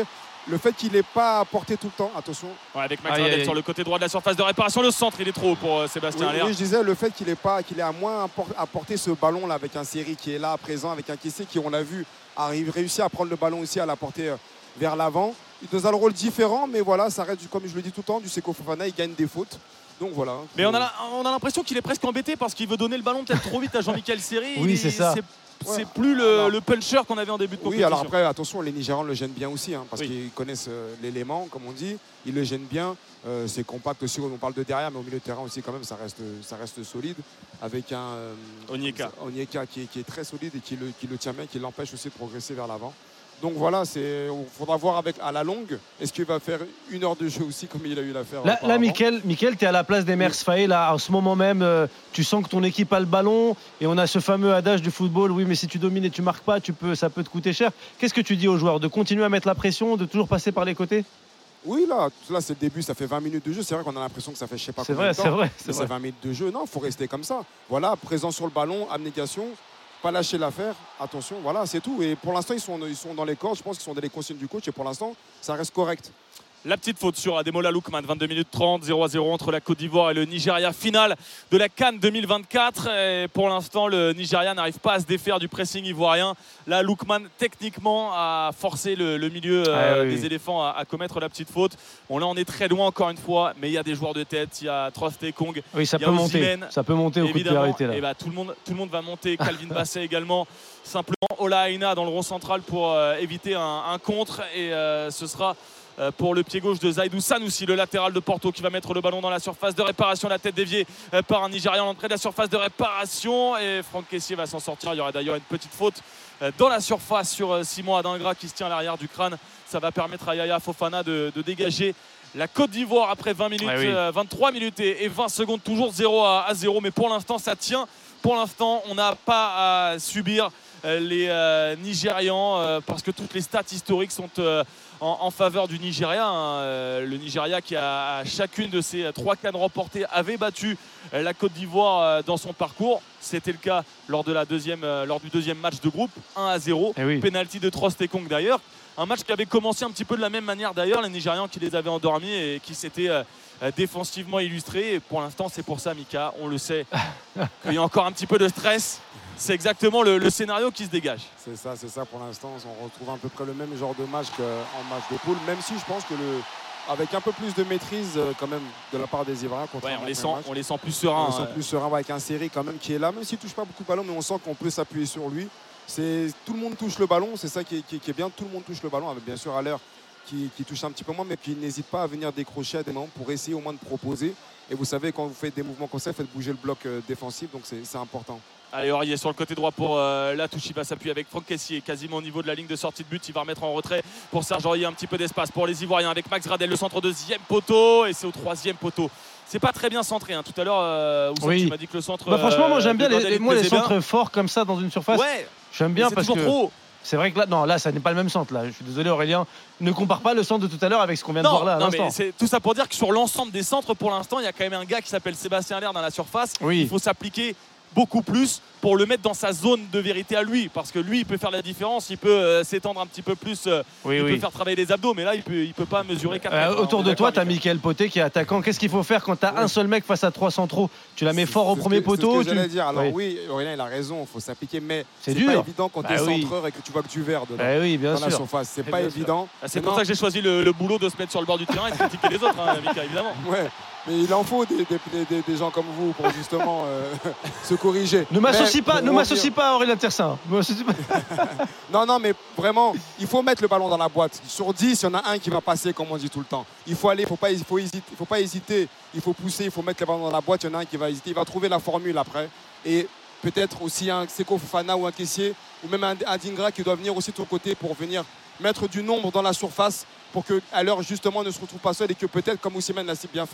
le fait qu'il n'ait pas apporté tout le temps, attention. Ouais, avec Max Gradel sur le côté droit de la surface de réparation, le centre il est trop haut pour euh, Sébastien Oui, Haller. oui, je disais le fait qu'il ait pas, qu'il ait à moins apporté ce ballon là avec un Seri qui est là à présent, avec un Kessié qui on l'a vu arrive réussi à prendre le ballon aussi à l'apporter vers l'avant. Il nous a le rôle différent, mais voilà, ça reste comme je le dis tout le temps du Seko Fofana, il gagne des fautes. Donc voilà. Mais on a, on a l'impression qu'il est presque embêté parce qu'il veut donner le ballon peut-être trop vite à Jean-Michel Seri. Oui, c'est ça. C'est Ouais. plus le, Alors, le puncher qu'on avait en début de compétition. Oui, alors après, attention, les Nigérians le gênent bien aussi, hein, parce Oui. qu'ils connaissent euh, l'élément, comme on dit. Ils le gênent bien. Euh, c'est compact aussi, on parle de derrière, mais au milieu de terrain aussi, quand même, ça reste, ça reste solide. Avec un euh, Onyeka. Onyeka qui, est, qui est très solide et qui le, qui le tient bien, qui l'empêche aussi de progresser vers l'avant. Donc voilà, il faudra voir avec, à la longue, est-ce qu'il va faire une heure de jeu aussi, comme il a eu l'affaire. Là, là Mickaël, Mickaël tu es à la place d'Emer Sfaé. Là, en ce moment même, euh, tu sens que ton équipe a le ballon et on a ce fameux adage du football. Oui, mais si tu domines et tu marques pas, tu peux, ça peut te coûter cher. Qu'est-ce que tu dis aux joueurs? De continuer à mettre la pression, de toujours passer par les côtés? Oui, là, là c'est le début, ça fait vingt minutes de jeu. C'est vrai qu'on a l'impression que ça fait je sais pas C'est combien vrai, de temps. c'est vrai. Mais c'est vingt minutes de jeu. Non, il faut rester comme ça. Voilà, présent sur le ballon, abnégation, pas lâcher l'affaire. Attention, voilà, c'est tout. Et pour l'instant, ils sont, ils sont dans les cordes. Je pense qu'ils sont dans les consignes du coach. Et pour l'instant, ça reste correct. La petite faute sur Ademola Lookman, vingt-deux minutes trente, zéro à zéro entre la Côte d'Ivoire et le Nigeria, finale de la CAN deux mille vingt-quatre. Et pour l'instant, le Nigeria n'arrive pas à se défaire du pressing ivoirien. Là, Lookman, techniquement, a forcé le, le milieu euh, ah, oui, des oui. éléphants à, à commettre la petite faute. Bon, là, on est très loin encore une fois, mais il y a des joueurs de tête. Il y a Trost Kong. Oui, ça il y a peut monter. Osimhen. Ça peut monter au coup de pied Évidemment, arrêté là. et bah, tout, le monde, tout le monde va monter. Calvin Bassey également. Simplement, Ola Aina dans le rond central pour euh, éviter un, un contre. Et euh, ce sera euh, pour le pied gauche de Zaidou Sanoussi, le latéral de Porto, qui va mettre le ballon dans la surface de réparation. La tête déviée euh, par un Nigérian à l'entrée de la surface de réparation. Et Franck Kessié va s'en sortir. Il y aura d'ailleurs une petite faute euh, dans la surface sur euh, Simon Adingra qui se tient à l'arrière du crâne. Ça va permettre à Yaya Fofana de, de dégager la Côte d'Ivoire après vingt minutes, Ouais, oui. euh, vingt-trois minutes et, et vingt secondes, toujours zéro à zéro. Mais pour l'instant, ça tient. Pour l'instant, on n'a pas à subir euh, les euh, Nigérians euh, parce que toutes les stats historiques sont euh, en, en faveur du Nigeria. Hein. Euh, le Nigeria qui a à chacune de ses trois CAN remportées avait battu euh, la Côte d'Ivoire euh, dans son parcours. C'était le cas lors, de la deuxième, euh, lors du deuxième match de groupe, un à zéro. Eh oui. Penalty de Trost Kong d'ailleurs. Un match qui avait commencé un petit peu de la même manière d'ailleurs, les Nigérians qui les avaient endormis et qui s'étaient euh, défensivement illustrés. Et pour l'instant, c'est pour ça, Mika, on le sait, qu'il y a encore un petit peu de stress. C'est exactement le, le scénario qui se dégage. C'est ça, c'est ça pour l'instant. On retrouve à peu près le même genre de match qu'en match de poule, même si je pense que le, avec un peu plus de maîtrise euh, quand même de la part des Ivoiriens. Ouais, on, les sent, match, on les sent plus sereins. on les hein. sent plus sereins avec un Seri quand même qui est là, même s'il ne touche pas beaucoup de ballons, mais on sent qu'on peut s'appuyer sur lui. C'est, tout le monde touche le ballon, c'est ça qui est, qui, qui est bien, tout le monde touche le ballon, avec bien sûr Haller qui, qui touche un petit peu moins, mais qui n'hésite pas à venir décrocher à des moments pour essayer au moins de proposer. Et vous savez, quand vous faites des mouvements comme ça, faites bouger le bloc euh, défensif, donc c'est, c'est important. Allez, Aurier sur le côté droit pour euh, Latouche. Il va s'appuyer avec Franck Kessié, quasiment au niveau de la ligne de sortie de but. Il va remettre en retrait pour Serge Aurier, un petit peu d'espace pour les Ivoiriens avec Max Gradel, le centre deuxième poteau, et c'est au troisième poteau. C'est pas très bien centré. Hein. Tout à l'heure, euh, Oussam, Oui. tu m'as dit que le centre. Bah, franchement, moi j'aime euh, bien de les, Gradel, les- il moi, les plaisait bien. centres forts comme ça dans une surface. Ouais, J'aime bien c'est parce toujours que trop. c'est vrai que là, non, là, ça n'est pas le même centre. Là, je suis désolé, Aurélien. Ne compare pas le centre de tout à l'heure avec ce qu'on vient de Non, voir là à non, mais l'instant. c'est tout ça pour dire que sur l'ensemble des centres, pour l'instant, il y a quand même un gars qui s'appelle Sébastien Haller dans la surface. Oui. Il faut s'appliquer beaucoup plus pour le mettre dans sa zone de vérité à lui, parce que lui il peut faire la différence, il peut euh, s'étendre un petit peu plus, euh, Oui, il oui. peut faire travailler les abdos, mais là il peut, il peut pas mesurer quatre Euh, mètres, hein, autour on est de toi, d'accord, tu as Mickaël. Mickaël Poté qui est attaquant. Qu'est-ce qu'il faut faire quand tu as Ouais. un seul mec face à trois centraux? Tu la mets fort au C'est ce premier que- c'est ce poteau que tu- j'allais dire. Alors Oui. oui, Aurélien il a raison, il faut s'appliquer, mais C'est c'est dur. pas évident quand Bah tu es oui. centreur et que tu vois que du verre dedans. Bah oui, bien dans la sûr. surface, c'est Et pas bien sûr. évident. Ah, c'est pour Maintenant- ça que j'ai choisi le, le boulot de se mettre sur le bord du terrain et de critiquer les autres, hein, Mika, évidemment. Ouais, mais il en faut des, des- des- des- des gens comme vous pour justement euh, se corriger. Ne m'associe Mais pas, pour ne revenir- m'associe pas à Aurélien Tersin. Ne m'associe pas. Non, non, mais vraiment, il faut mettre le ballon dans la boîte. Sur dix, il y en a un qui va passer, comme on dit tout le temps. Il faut aller, il ne faut, pas- il faut, hésiter, il faut pas hésiter, il faut pousser, il faut mettre le ballon dans la boîte. Il y en a un qui va hésiter, il va trouver la formule après. Et peut-être aussi un Seko Fofana ou un Kessié, ou même un, un Dingra qui doit venir aussi de ton côté pour venir mettre du nombre dans la surface pour qu'à l'heure justement ne se retrouve pas seul et que peut-être, comme Osimhen l'a si bien fait,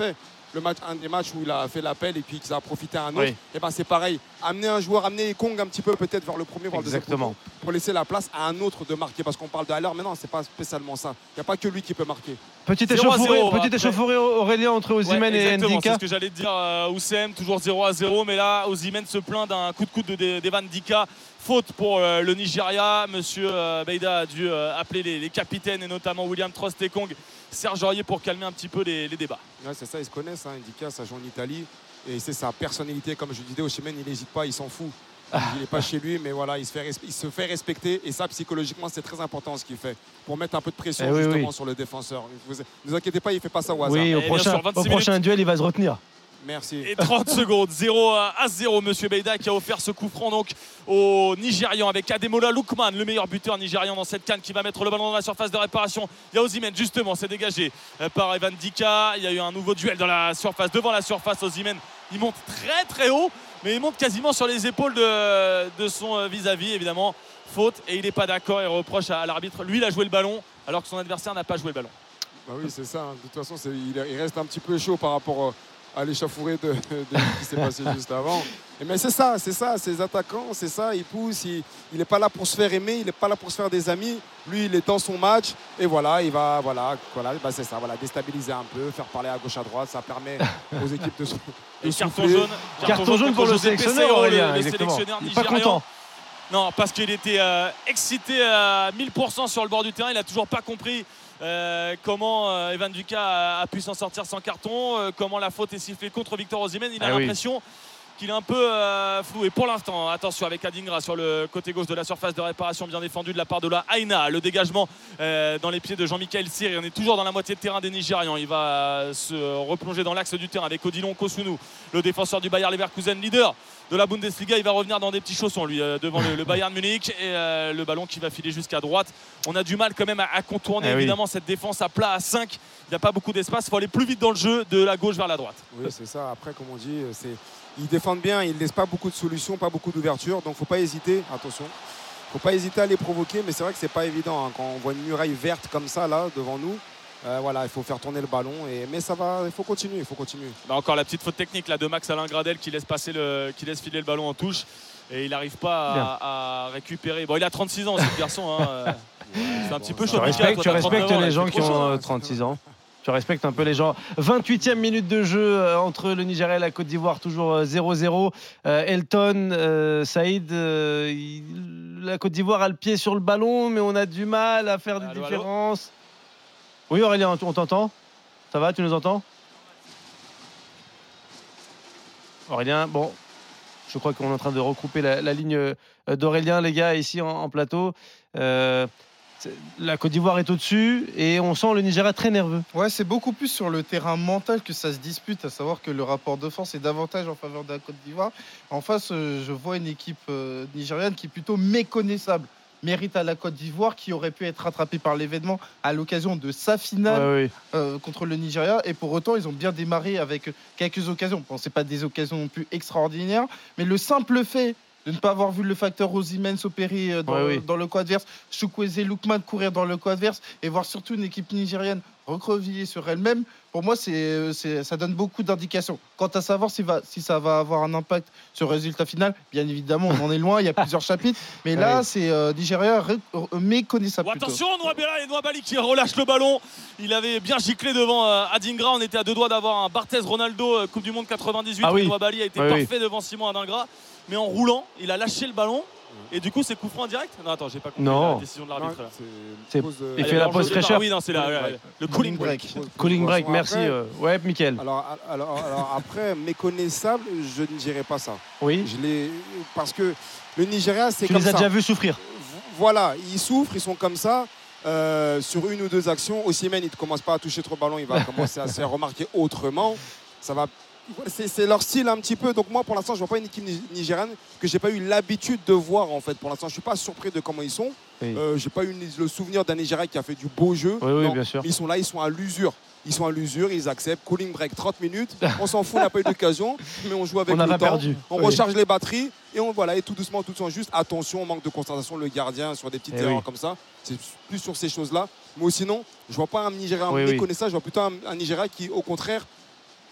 le match, un des matchs où il a fait l'appel et puis qu'il a profité à un autre. Oui. Et ben c'est pareil. Amener un joueur, amener Ekong un petit peu peut-être vers le premier, vers le deuxième Exactement. poteau, pour laisser la place à un autre de marquer. Parce qu'on parle de Haller, mais non, c'est pas spécialement ça. Il n'y a pas que lui qui peut marquer. Petite zéro à échauffourée, zéro, petite après. échauffourée Aurélien entre Osimhen Ouais, et exactement, c'est Ndika. ce que j'allais te dire. Euh, Oussem, toujours zéro à zéro, mais là, Osimhen se plaint d'un coup de coude de d'Evan Ndika. Faute pour euh, le Nigeria. Monsieur euh, Beida a dû euh, appeler les, les capitaines et notamment William Trostekong, Serge Aurier pour calmer un petit peu les, les débats. Ouais, c'est ça, ils se connaissent. Hein. Ndika, ça joue en Italie. Et c'est sa personnalité, comme je disais, Osimhen, il n'hésite pas, il s'en fout. Il n'est pas chez lui, mais voilà, il se, fait, il se fait respecter. Et ça, psychologiquement, c'est très important ce qu'il fait. Pour mettre un peu de pression Eh oui, justement oui. sur le défenseur. Ne vous, vous inquiétez pas, il ne fait pas ça au hasard. Oui, au Et bien prochain, sûr, vingt-six au prochain minutes. duel, il va se retenir. Merci. Et trente secondes, zéro à zéro. Monsieur Beida qui a offert ce coup franc donc au Nigérian avec Ademola Lookman, le meilleur buteur nigérian dans cette canne, qui va mettre le ballon dans la surface de réparation. Il y a Osimhen justement, c'est dégagé par Evan Ndika. Il y a eu un nouveau duel dans la surface, devant la surface. Osimhen, il monte très très haut, mais il monte quasiment sur les épaules de, de son vis-à-vis, évidemment. Faute, et il n'est pas d'accord, il reproche à, à l'arbitre. Lui, il a joué le ballon alors que son adversaire n'a pas joué le ballon. Bah oui, c'est ça. De toute façon, c'est- il, il reste un petit peu chaud par rapport à l'échauffourée de, de ce qui s'est passé juste avant. Et mais c'est ça, c'est ça, ces attaquants, c'est ça, ils poussent, il n'est pas là pour se faire aimer, il n'est pas là pour se faire des amis. Lui, il est dans son match et voilà, il va, voilà, voilà, bah c'est ça, voilà, déstabiliser un peu, faire parler à gauche à droite, ça permet aux équipes de, se- de Et carton souffler. jaune. Carton jaune pour contre le José sélectionneur, Peseiro, Aurélien, le, le exactement. sélectionneur Il n'est pas nigérian. content. Non, parce qu'il était euh, excité à mille pour cent sur le bord du terrain. Il n'a toujours pas compris euh, comment euh, Evan Ndika a, a pu s'en sortir sans carton, euh, comment la faute est sifflée contre Victor Osimhen. Il a Ah oui. l'impression qu'il est un peu euh, flou. Et pour l'instant, attention avec Adingra sur le côté gauche de la surface de réparation, bien défendu de la part de la Aina. Le dégagement euh, dans les pieds de Jean-Michel Cyr. On est toujours dans la moitié de terrain des Nigérians. Il va euh, se replonger dans l'axe du terrain avec Odilon Kosunu, le défenseur du Bayer Leverkusen, leader de la Bundesliga. Il va revenir dans des petits chaussons lui euh, devant le, le Bayern Munich, et euh, le ballon qui va filer jusqu'à droite. On a du mal quand même à, à contourner Eh oui. évidemment cette défense à plat à cinq. Il n'y a pas beaucoup d'espace, il faut aller plus vite dans le jeu de la gauche vers la droite. Oui, c'est ça. Après, comme on dit, c'est... ils défendent bien, ils ne laissent pas beaucoup de solutions, pas beaucoup d'ouverture. Donc, il ne faut pas hésiter. Attention. Il ne faut pas hésiter à les provoquer. Mais c'est vrai que ce n'est pas évident. Hein. Quand on voit une muraille verte comme ça, là, devant nous, euh, voilà, il faut faire tourner le ballon. Et... Mais ça va, il faut continuer. Il faut continuer. Bah, encore la petite faute technique là, de Max Alain Gradel qui laisse, passer le, qui laisse filer le ballon en touche. Et il n'arrive pas à, à récupérer. Bon, il a trente-six ans, ce garçon. Hein. C'est un petit peu Tu chaud. respectes, Toi, tu t'as respectes trente-neuf ans, les là, gens c'est qui trop chaud, ont hein. euh, trente-six ans. Tu respectes un peu les gens. vingt-huitième minute de jeu euh, entre le Nigeria et la Côte d'Ivoire, toujours euh, zéro zéro. Euh, Elton, euh, Saïd, euh, il- la Côte d'Ivoire a le pied sur le ballon, mais on a du mal à faire des Allô, allô différences. Oui, Aurélien, on t'entend? Ça va, tu nous entends? Aurélien, bon, je crois qu'on est en train de recouper la, la ligne euh, d'Aurélien, les gars, ici en, en plateau. Euh, c'est- la Côte d'Ivoire est au-dessus et on sent le Nigeria très nerveux. Ouais, c'est beaucoup plus sur le terrain mental que ça se dispute, à savoir que le rapport de force est davantage en faveur de la Côte d'Ivoire. En face, euh, je vois une équipe euh, nigériane qui est plutôt méconnaissable. Mérite à la Côte d'Ivoire, qui aurait pu être rattrapée par l'événement à l'occasion de sa finale Ouais, ouais. euh, contre le Nigeria. Et pour autant, ils ont bien démarré avec quelques occasions. Bon, c'est pas des occasions non plus extraordinaires, mais le simple fait de ne pas avoir vu le facteur Osimhen s'opérer euh, dans, Ouais, oui. dans le camp adverse, Chukwueze Lookman courir dans le camp adverse, et voir surtout une équipe nigérienne recroqueviller sur elle-même, pour moi, c'est, c'est, ça donne beaucoup d'indications. Quant à savoir si, va, si ça va avoir un impact sur le résultat final, bien évidemment, on en est loin, il y a plusieurs chapitres, mais là, Ouais. c'est euh, Nigeria ré- euh, méconnaissable Oh, plutôt. attention, Nouabella et Nouabali qui relâche le ballon. Il avait bien giclé devant euh, Adingra. On était à deux doigts d'avoir un Barthez Ronaldo euh, Coupe du Monde quatre-vingt-dix-huit. Ah oui. Nouabali a été Oui, parfait devant Simon Adingra. Mais en roulant, il a lâché le ballon. Et du coup, c'est coup franc en direct. Non, attends, j'ai pas compris Non. la décision de l'arbitre. là. C'est- pause, euh, il Elle fait est la en pause jeu de fraîcheur. barre. Oui, non, c'est la- Cooling la- break. le cooling break. Pause- pause- Cooling break, pause. merci. Après, euh, Ouais, Mickaël. alors, alors, alors après, méconnaissable, je ne dirais pas ça. Oui. Je l'ai... Parce que le Nigeria, c'est Tu comme les as ça. déjà vus souffrir. Voilà, ils souffrent, ils sont comme ça. Euh, sur une ou deux actions, Osimhen, il ne commence pas à toucher trop le ballon, il va commencer à se faire remarquer autrement. Ça va... c'est, c'est leur style un petit peu. Donc moi, pour l'instant, je ne vois pas une équipe ni- nigériane que je n'ai pas eu l'habitude de voir, en fait. Pour l'instant, je ne suis pas surpris de comment ils sont. Oui. Euh, je n'ai pas eu le souvenir d'un Nigeria qui a fait du beau jeu. Oui, oui, Non, bien sûr. mais ils sont là, ils sont à l'usure. Ils sont à l'usure, ils acceptent. Cooling break, trente minutes. On s'en fout, on n'a pas eu d'occasion, mais on joue avec On n'a le pas temps. perdu. On Oui. recharge les batteries et on voilà et tout doucement, tout doucement. Juste attention, manque de concentration, le gardien sur des petites Eh erreurs oui. comme ça. C'est plus sur ces choses-là. Mais sinon, je vois pas un Nigeria Oui, oui. méconnaissable. Je vois plutôt un, un Nigeria qui, au contraire,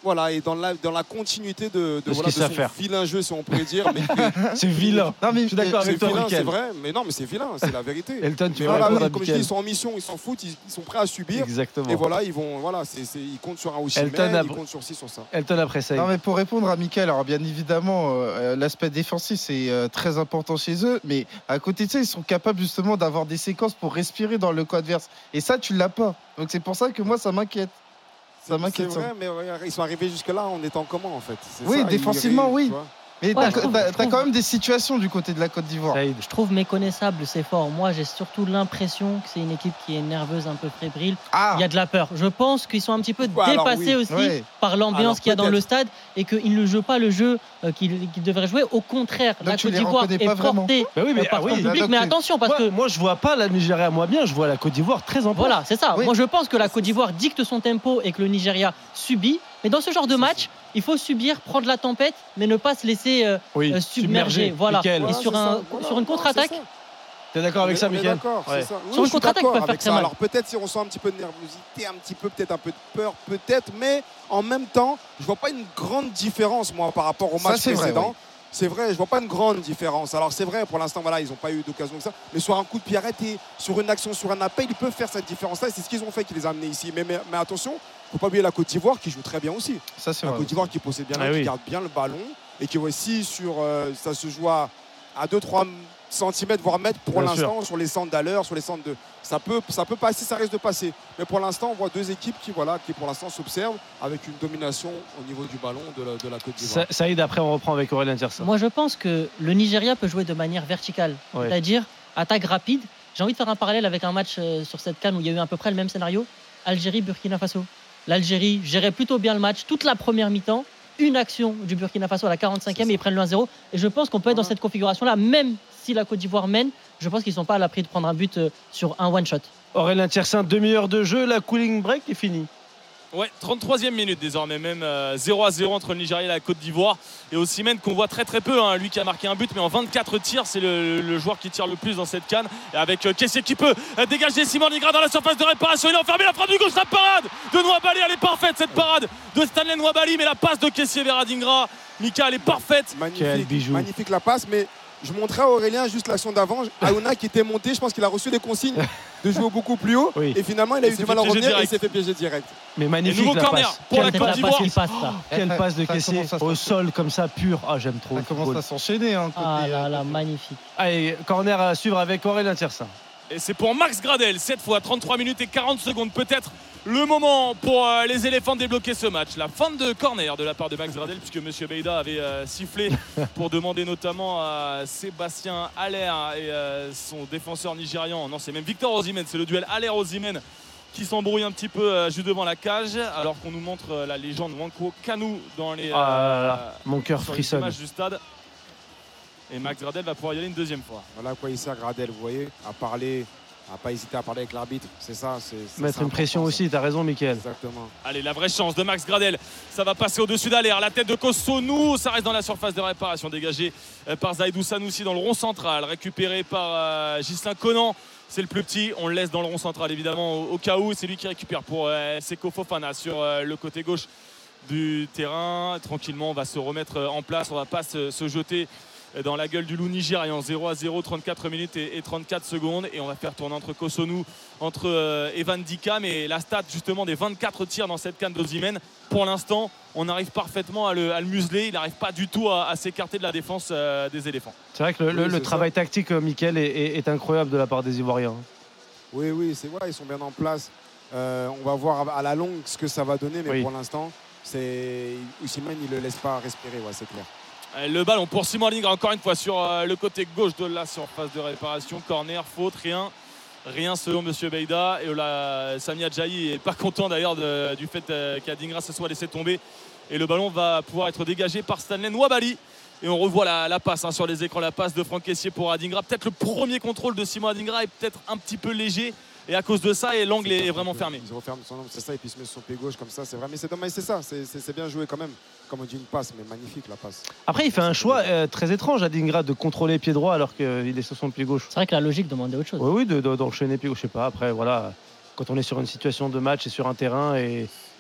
voilà, et dans la, dans la continuité de, de, De ce voilà, qu'ils de savent son faire. vilain jeu, si on pourrait dire. Mais, C'est vilain. Non, mais Je suis d'accord c'est avec toi, vilain, c'est Mickaël. vrai, mais non, mais c'est vilain, c'est la vérité. Elton, tu Mais veux voilà, répondre à comme je dis, Mickaël? ils sont en mission, ils s'en foutent, ils, ils sont prêts à subir. Exactement. Et voilà, ils vont, voilà, c'est, c'est, ils comptent sur un Elton Osimhen, a- ils comptent sur ci, sur ça. Elton après ça. Non mais pour répondre à Mickaël, alors bien évidemment euh, l'aspect défensif c'est euh, très important chez eux, mais à côté de ça ils sont capables justement d'avoir des séquences pour respirer dans le camp adverse. Et ça tu l'as pas. Donc c'est pour ça que moi ça m'inquiète. Ça C'est m'inquiète. vrai, mais regarde, ils sont arrivés jusque-là en étant comment en fait? C'est Oui, ça, défensivement, ils- oui. tu vois. Mais Ouais, t'as, je trouve- t'as- je t'as trouve- quand même des situations du côté de la Côte d'Ivoire. Saïd. Je trouve méconnaissable, c'est fort. Moi, j'ai surtout l'impression que c'est une équipe qui est nerveuse, un peu fébrile. Ah, Il y a de la peur. Je pense qu'ils sont un petit peu Ouais, alors dépassés oui. aussi Ouais. par l'ambiance Alors, qu'il y a dans peut-être. le stade et qu'ils ne jouent pas le jeu euh, qu'ils, qu'ils devraient jouer. Au contraire, Donc, la tu Côte les d'Ivoire reconnais est pas vraiment. portée Bah oui, mais euh, par ah son oui. public. Donc, Mais tu- attention, parce Moi, que moi, je vois pas la Nigeria moins bien, je vois la Côte d'Ivoire très en place. voilà, c'est ça. Oui. Moi, je pense que la Côte d'Ivoire dicte son tempo et que le Nigeria subit. Mais dans ce genre de match, il faut subir, prendre la tempête, mais ne pas se laisser euh, Oui, euh, submerger. Voilà. Mickaël. Et Voilà, sur, c'est un, ça, voilà. sur une Non, contre-attaque, c'est ça. T'es d'accord avec On ça, est- on est Mickaël? D'accord, Ouais. c'est ça. Oui, Sur une je suis contre-attaque, d'accord ils peuvent faire avec très ça. mal. Alors peut-être si on sent un petit peu de nervosité, un petit peu, peut-être un peu de peur, peut-être, mais en même temps, je vois pas une grande différence moi par rapport au Ça, match c'est vrai, précédent. oui. C'est vrai, je vois pas une grande différence. Alors c'est vrai, pour l'instant, voilà, ils n'ont pas eu d'occasion que ça. Mais sur un coup de pied arrêté, sur une action, sur un appel, ils peuvent faire cette différence-là. Et c'est ce qu'ils ont fait qui les a amenés ici. Mais, mais, mais attention, faut pas oublier la Côte d'Ivoire qui joue très bien aussi. Ça c'est La vrai. Côte d'Ivoire qui possède bien, Ah qui oui. garde bien le ballon et qui aussi sur, euh, ça se joue à, à deux trois centimètres, voire mètres pour Bien l'instant, sur les centres d'allure, sur les centres de. Ça peut, ça peut passer, ça risque de passer. Mais pour l'instant, on voit deux équipes qui, voilà, qui pour l'instant s'observent avec une domination au niveau du ballon de la, de la Côte d'Ivoire. Sa- Saïd, après, on reprend avec Aurélien Tiersin. moi, je pense que le Nigeria peut jouer de manière verticale, Ouais. c'est-à-dire attaque rapide. J'ai envie de faire un parallèle avec un match euh, sur cette CAN où il y a eu à peu près le même scénario. Algérie-Burkina Faso. L'Algérie gérait plutôt bien le match toute la première mi-temps. Une action du Burkina Faso à la quarante-cinquième et ils prennent le un zéro. Et je pense qu'on peut être dans Voilà. cette configuration-là, même si la Côte d'Ivoire mène. Je pense qu'ils ne sont pas à l'abri de prendre un but euh, sur un one-shot. Aurélien Tiersin, demi-heure de jeu, la cooling break est finie. Ouais, trente-troisième minute désormais même, euh, zéro à zéro entre le Nigeria et la Côte d'Ivoire. Et Osimhen qu'on voit très très peu, hein, lui qui a marqué un but, mais en vingt-quatre tirs, c'est le, le joueur qui tire le plus dans cette canne. Et avec euh, Kessié qui peut euh, dégager Simon Nigra dans la surface de réparation, il a enfermé la frappe du gauche, la parade de Nwabali, elle est parfaite cette parade de Stanley Nwabali, mais la passe de Kessié vers Adingra, Mika, elle est parfaite. Quel Magnifique, bijou. magnifique la passe, mais je montrais à Aurélien juste l'action d'avant. Aouna qui était monté, je pense qu'il a reçu des consignes de jouer beaucoup plus haut. Oui. Et finalement, il a Il eu s'est du mal fait à piéger revenir et il direct. s'est fait piéger direct. Mais Et magnifique nouveau la corner passe. pour la Quelle Côte passe d'Ivoire. qu'il passe, ça. Quelle Ça- passe de ça Kessié commence à au se- sol comme ça, pur. Ah, j'aime trop. Ça le commence football. à s'enchaîner. Hein, côté, Ah là euh, là, côté- magnifique. Allez, corner à suivre avec Aurélien Tiersin. Et c'est pour Max Gradel, cette fois, trente-trois minutes et quarante secondes. Peut-être le moment pour euh, les éléphants de débloquer ce match. La fin de corner de la part de Max Gradel, puisque M. Beida avait euh, sifflé pour demander notamment à Sébastien Haller et euh, son défenseur nigérian. Non, c'est même Victor Osimhen, c'est le duel Haller-Osimhen qui s'embrouille un petit peu euh, juste devant la cage, alors qu'on nous montre euh, la légende Nwankwo Kanu dans les, Ah là là, mon cœur sur les frissonne. images du stade. Et Max Gradel va pouvoir y aller une deuxième fois. Voilà à quoi il sert Gradel, vous voyez, à parler, à pas hésiter à parler avec l'arbitre. C'est ça. C'est, c'est- Mettre c'est une pression important, ça. aussi, t'as raison, Mickaël. Exactement. Allez, la vraie chance de Max Gradel. Ça va passer au-dessus d'Aller. La tête de Kosonou. Ça reste dans la surface de réparation. Dégagé euh, par Zaïdou Sanoussi dans le rond central. Récupéré par euh, Ghislain Conan. C'est le plus petit. On le laisse dans le rond central, évidemment, au, au cas où. C'est lui qui récupère pour euh, Seko Fofana sur euh, le côté gauche du terrain. Tranquillement, on va se remettre en place. On va pas se, se jeter dans la gueule du loup nigérian. Zéro à zéro, trente-quatre minutes et, et trente-quatre secondes. Et on va faire tourner entre Kosonou, entre euh, Evan Dika. Mais la stat justement des vingt-quatre tirs dans cette canne d'Osimhen, pour l'instant, on arrive parfaitement à le, à le museler. Il n'arrive pas du tout à, à s'écarter de la défense euh, des éléphants. C'est vrai que le, Oui, le- le c'est travail tactique, euh, Mickaël, est, est- est incroyable de la part des Ivoiriens. Oui, oui, c'est voilà, ils sont bien en place. Euh, on va voir à la longue ce que ça va donner, mais Oui. pour l'instant, c'est Osimhen, il le laisse pas respirer, ouais, c'est clair. Euh, Le ballon pour Simon Lingra, encore une fois sur euh, le côté gauche de la surface de réparation. Corner, faute, rien. Rien selon M. Beida. Et là, Sami Adjayi n'est pas content d'ailleurs de- du fait euh, qu'Adingra se soit laissé tomber. Et le ballon va pouvoir être dégagé par Stanley Nwabali. Et on revoit la, la passe hein, sur les écrans, la passe de Franck Kessié pour Adingra. Peut-être le premier contrôle de Simon Adingra est peut-être un petit peu léger. Et à cause de ça, et l'angle est vraiment fermé. Ils referment son angle, c'est ça, et puis il se met sur son pied gauche comme ça, c'est vrai. Mais c'est dommage, c'est ça, c'est, c'est, c'est bien joué quand même. Comme on dit, une passe, mais magnifique la passe. Après, il fait un choix euh, très étrange à Dingra de contrôler pied droit alors qu'il est sur son pied gauche. C'est vrai que la logique demandait autre chose. Oui, oui, de- de- d'enchaîner pied gauche. Je sais pas. Après, voilà, quand on est sur une situation de match et sur un terrain et,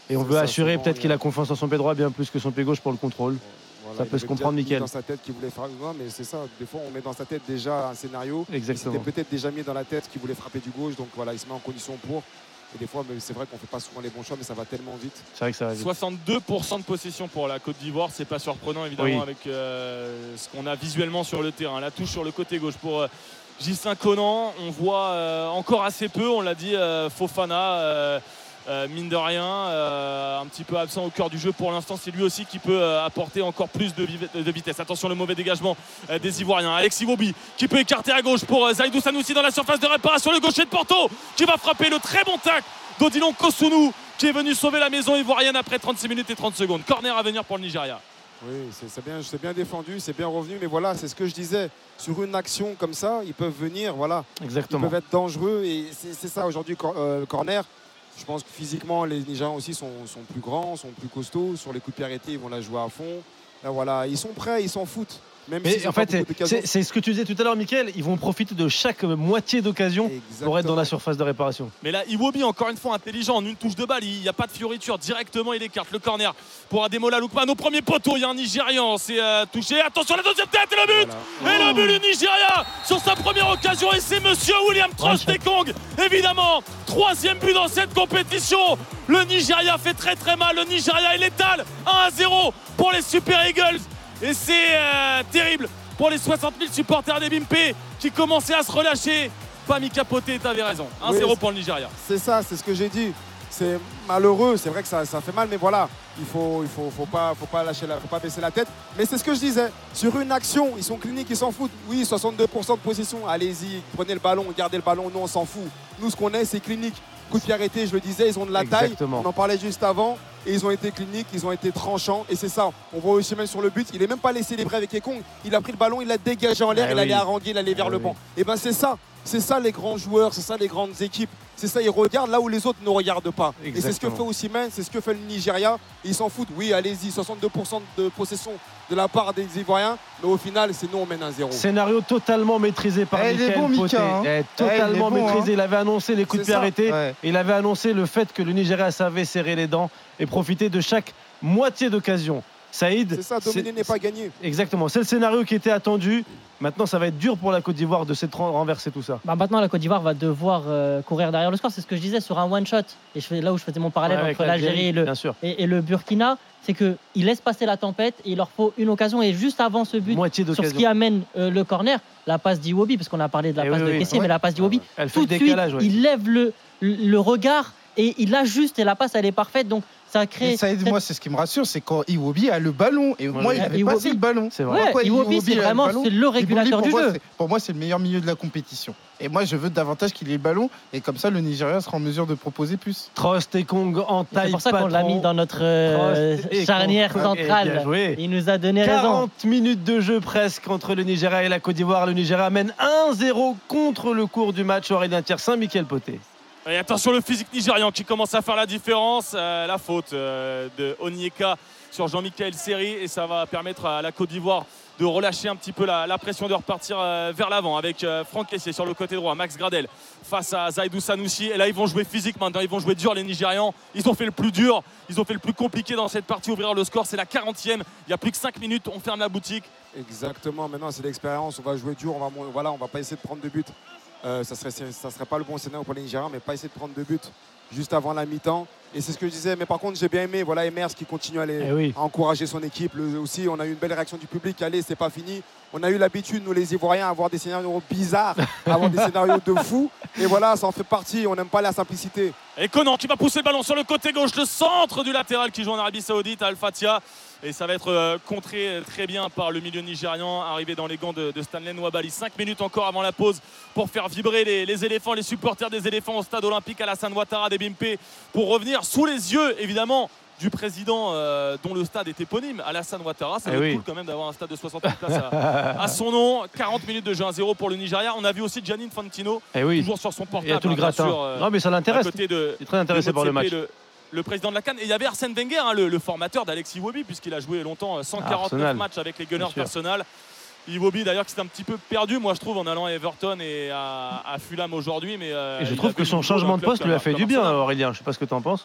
Et on C'est veut ça, assurer souvent, peut-être il y qu'il a- a confiance en son pied droit bien plus que son pied gauche pour le contrôle. Voilà, Ça il peut se avait comprendre, déjà mis Mickaël. dans sa tête qu'il voulait frapper. Non, mais c'est ça. Des fois, on met dans sa tête déjà un scénario. Exactement. C'était peut-être déjà mis dans la tête qu'il voulait frapper du gauche. Donc voilà, il se met en condition pour. Et des fois, mais c'est vrai qu'on fait pas souvent les bons choix, mais ça va tellement vite. C'est vrai que ça va vite. soixante-deux pour cent de possession pour la Côte d'Ivoire, c'est pas surprenant évidemment Oui. avec euh, ce qu'on a visuellement sur le terrain. La touche sur le côté gauche pour euh, Ghislain Conan, on voit euh, encore assez peu, on l'a dit, euh, Fofana, euh, euh, mine de rien, euh, un petit peu absent au cœur du jeu pour l'instant. C'est lui aussi qui peut euh, apporter encore plus de, vi- de vitesse. Attention, le mauvais dégagement euh, des Ivoiriens. Alexis Iwobi qui peut écarter à gauche pour euh, Zaïdou Sanoussi dans la surface de réparation. Le gaucher de Porto qui va frapper le très bon tac d'Odilon Kosunu qui est venu sauver la maison ivoirienne après trente-six minutes et trente secondes. Corner à venir pour le Nigeria. Oui, c'est c'est bien, c'est bien défendu, c'est bien revenu. Mais voilà, c'est ce que je disais. Sur une action comme ça, ils peuvent venir, voilà. Ils Exactement. peuvent être dangereux. Et c'est c'est ça aujourd'hui, cor- euh, corner. Je pense que physiquement, les Nigérians aussi sont, sont plus grands, sont plus costauds. Sur les coups de pied arrêtés, ils vont la jouer à fond. Là, voilà, ils sont prêts, ils s'en foutent. Même Mais s'ils ont en pas fait, beaucoup d'occasions. c'est c'est ce que tu disais tout à l'heure, Mickaël. Ils vont profiter de chaque moitié d'occasion pour être dans la Exactement. surface de réparation. Mais là, Iwobi, encore une fois, intelligent, en une touche de balle, il n'y a pas de fioriture. Directement, il écarte le corner pour Ademola Lookman. Au premier poteau, il y a un Nigérian. C'est euh, touché. Attention, la deuxième tête et le but Voilà. Et le but du Nigeria sur sa première occasion. Et c'est monsieur William Trostekong, évidemment. Troisième but dans cette compétition. Le Nigeria fait très très mal. Le Nigeria est létal. un à zéro pour les Super Eagles. Et c'est euh, terrible pour les soixante mille supporters des Bimpe qui commençaient à se relâcher. Fami Capote, t'avais raison. un zéro Oui, pour le Nigeria. C'est ça, c'est ce que j'ai dit. C'est malheureux, c'est vrai que ça, ça fait mal, mais voilà, il faut, il faut, faut pas, faut pas lâcher, la, faut pas baisser la tête. Mais c'est ce que je disais. Sur une action, ils sont cliniques, ils s'en foutent. Oui, soixante-deux pour cent de possession. Allez-y, prenez le ballon, gardez le ballon. Nous, on s'en fout. Nous, ce qu'on est, c'est clinique. Coup de pied arrêté, je le disais, ils ont de la Exactement. taille. On en parlait juste avant. Et ils ont été cliniques, ils ont été tranchants. Et c'est ça. On voit aussi même sur le but, il n'est même pas laissé libre avec Ekong. Il a pris le ballon, il l'a dégagé en l'air, Eh il oui. allait haranguer, il allait vers Eh le oui. banc. Et ben c'est ça. C'est ça les grands joueurs, c'est ça les grandes équipes. C'est ça, ils regardent là où les autres ne regardent pas. Et c'est ce que Exactement. fait Osimhen, c'est ce que fait le Nigeria. Ils s'en foutent. Oui, allez-y, soixante-deux pour cent de possession de la part des Ivoiriens. Mais au final, c'est nous, on mène un zéro. Scénario totalement maîtrisé par Eh, il est Mickaël bon, Poté. Mika, hein. Eh, Eh, il est totalement bon, maîtrisé. hein. Il avait annoncé les coups de C'est pied ça. arrêtés. Ouais. Et il avait annoncé le fait que le Nigeria savait serrer les dents et profiter de chaque moitié d'occasion. Saïd, C'est ça, dominer n'est pas gagné. exactement. C'est le scénario qui était attendu. Maintenant, ça va être dur pour la Côte d'Ivoire de s'être renverser tout ça. Bah maintenant, la Côte d'Ivoire va devoir euh, courir derrière le score. C'est ce que je disais sur un one-shot. Et je fais, là où je faisais mon parallèle Ouais, avec entre l'Algérie et le, bien sûr. et, et le Burkina, c'est qu'ils laissent passer la tempête et il leur faut une occasion. Et juste avant ce but, Moitié sur ce d'occasion. qui amène euh, le corner, la passe d'Iwobi, parce qu'on a parlé de la Eh passe oui, de oui. Kessié, Ouais. mais la passe d'Iwobi, Elle fait tout le de suite, décalage. ouais. il lève le, le regard et il ajuste et la passe, elle est parfaite. Donc ça crée. Mais ça aide, moi, c'est ce qui me rassure, c'est quand Iwobi a le ballon. Et moi, il ouais. avait Iwobi- passé le ballon. C'est vrai. Ouais, Pourquoi Iwobi, c'est a le vraiment ballon c'est le régulateur Iwobi, du pour moi, jeu. c'est- Pour moi, c'est le meilleur milieu de la compétition. Et moi, je veux davantage qu'il ait le ballon. Et comme ça, le Nigeria sera en mesure de proposer plus. Trost et Kong en Et taille. C'est pour ça qu'on l'a patron. mis dans notre euh, Trost et charnière Kong. Eh, bien centrale. joué. Il nous a donné raison. quarante minutes de jeu presque entre le Nigeria et la Côte d'Ivoire. Le Nigeria mène un zéro contre le cours du match. Aurélien Tiersin, Mickaël Poté. Et attention, le physique nigérian qui commence à faire la différence. Euh, la faute euh, de Onyeka sur Jean-Michel Seri. Et ça va permettre à la Côte d'Ivoire de relâcher un petit peu la, la pression, de repartir euh, vers l'avant avec euh, Franck Kessié sur le côté droit, Max Gradel face à Zaïdou Sanoussi. Et là, ils vont jouer physique maintenant, ils vont jouer dur les Nigérians. Ils ont fait le plus dur, ils ont fait le plus compliqué dans cette partie. Ouvrir le score, c'est la quarantième. Il n'y a plus que cinq minutes, on ferme la boutique. Exactement, maintenant c'est l'expérience, on va jouer dur, on va, mon- voilà, on va pas essayer de prendre de buts. Euh, ça serait, ça serait pas le bon scénario pour les Nigériens, mais pas essayer de prendre de buts juste avant la mi-temps. Et c'est ce que je disais, mais par contre j'ai bien aimé, voilà, Emers qui continue à, les, Eh oui. à encourager son équipe. Le- aussi, on a eu une belle réaction du public, allez, c'est pas fini. On a eu l'habitude, nous les Ivoiriens, à avoir des scénarios bizarres, à avoir des scénarios de fou. Et voilà, ça en fait partie, on n'aime pas la simplicité. Et Conan qui va pousser le ballon sur le côté gauche, le centre du latéral qui joue en Arabie Saoudite, Al-Fatia. Et ça va être euh, contré très bien par le milieu nigérian, arrivé dans les gants de, de Stanley Nwabali. cinq minutes encore avant la pause pour faire vibrer les, les éléphants, les supporters des éléphants au stade olympique Alassane Ouattara des Bimpe, pour revenir sous les yeux, évidemment, du président euh, dont le stade est éponyme, Alassane Ouattara. Ça Eh va être oui. cool quand même d'avoir un stade de soixante mille places à, à son nom. quarante minutes de jeu un zéro pour le Nigeria. On a vu aussi Gianni Infantino, Eh oui. toujours sur son portable. Il y a tout le hein, bien gratin. sûr, euh, Non, mais ça à l'intéresse. côté de, Il est très intéressé de par le match. Motsepe, le, le président de la CAN. Et il y avait Arsène Wenger, hein, le, le formateur d'Alexis Iwobi, puisqu'il a joué longtemps euh, cent quarante-neuf Arsenal. matchs avec les Gunners Bien sûr. d'Arsenal. Iwobi d'ailleurs qui s'est un petit peu perdu, moi je trouve, en allant à Everton et à, à Fulham aujourd'hui. Mais euh, Et je il trouve avait que le son niveau changement d'un de club poste lui comme- a fait comme du bien, Arsenal. Aurélien. Je sais pas ce que tu en penses.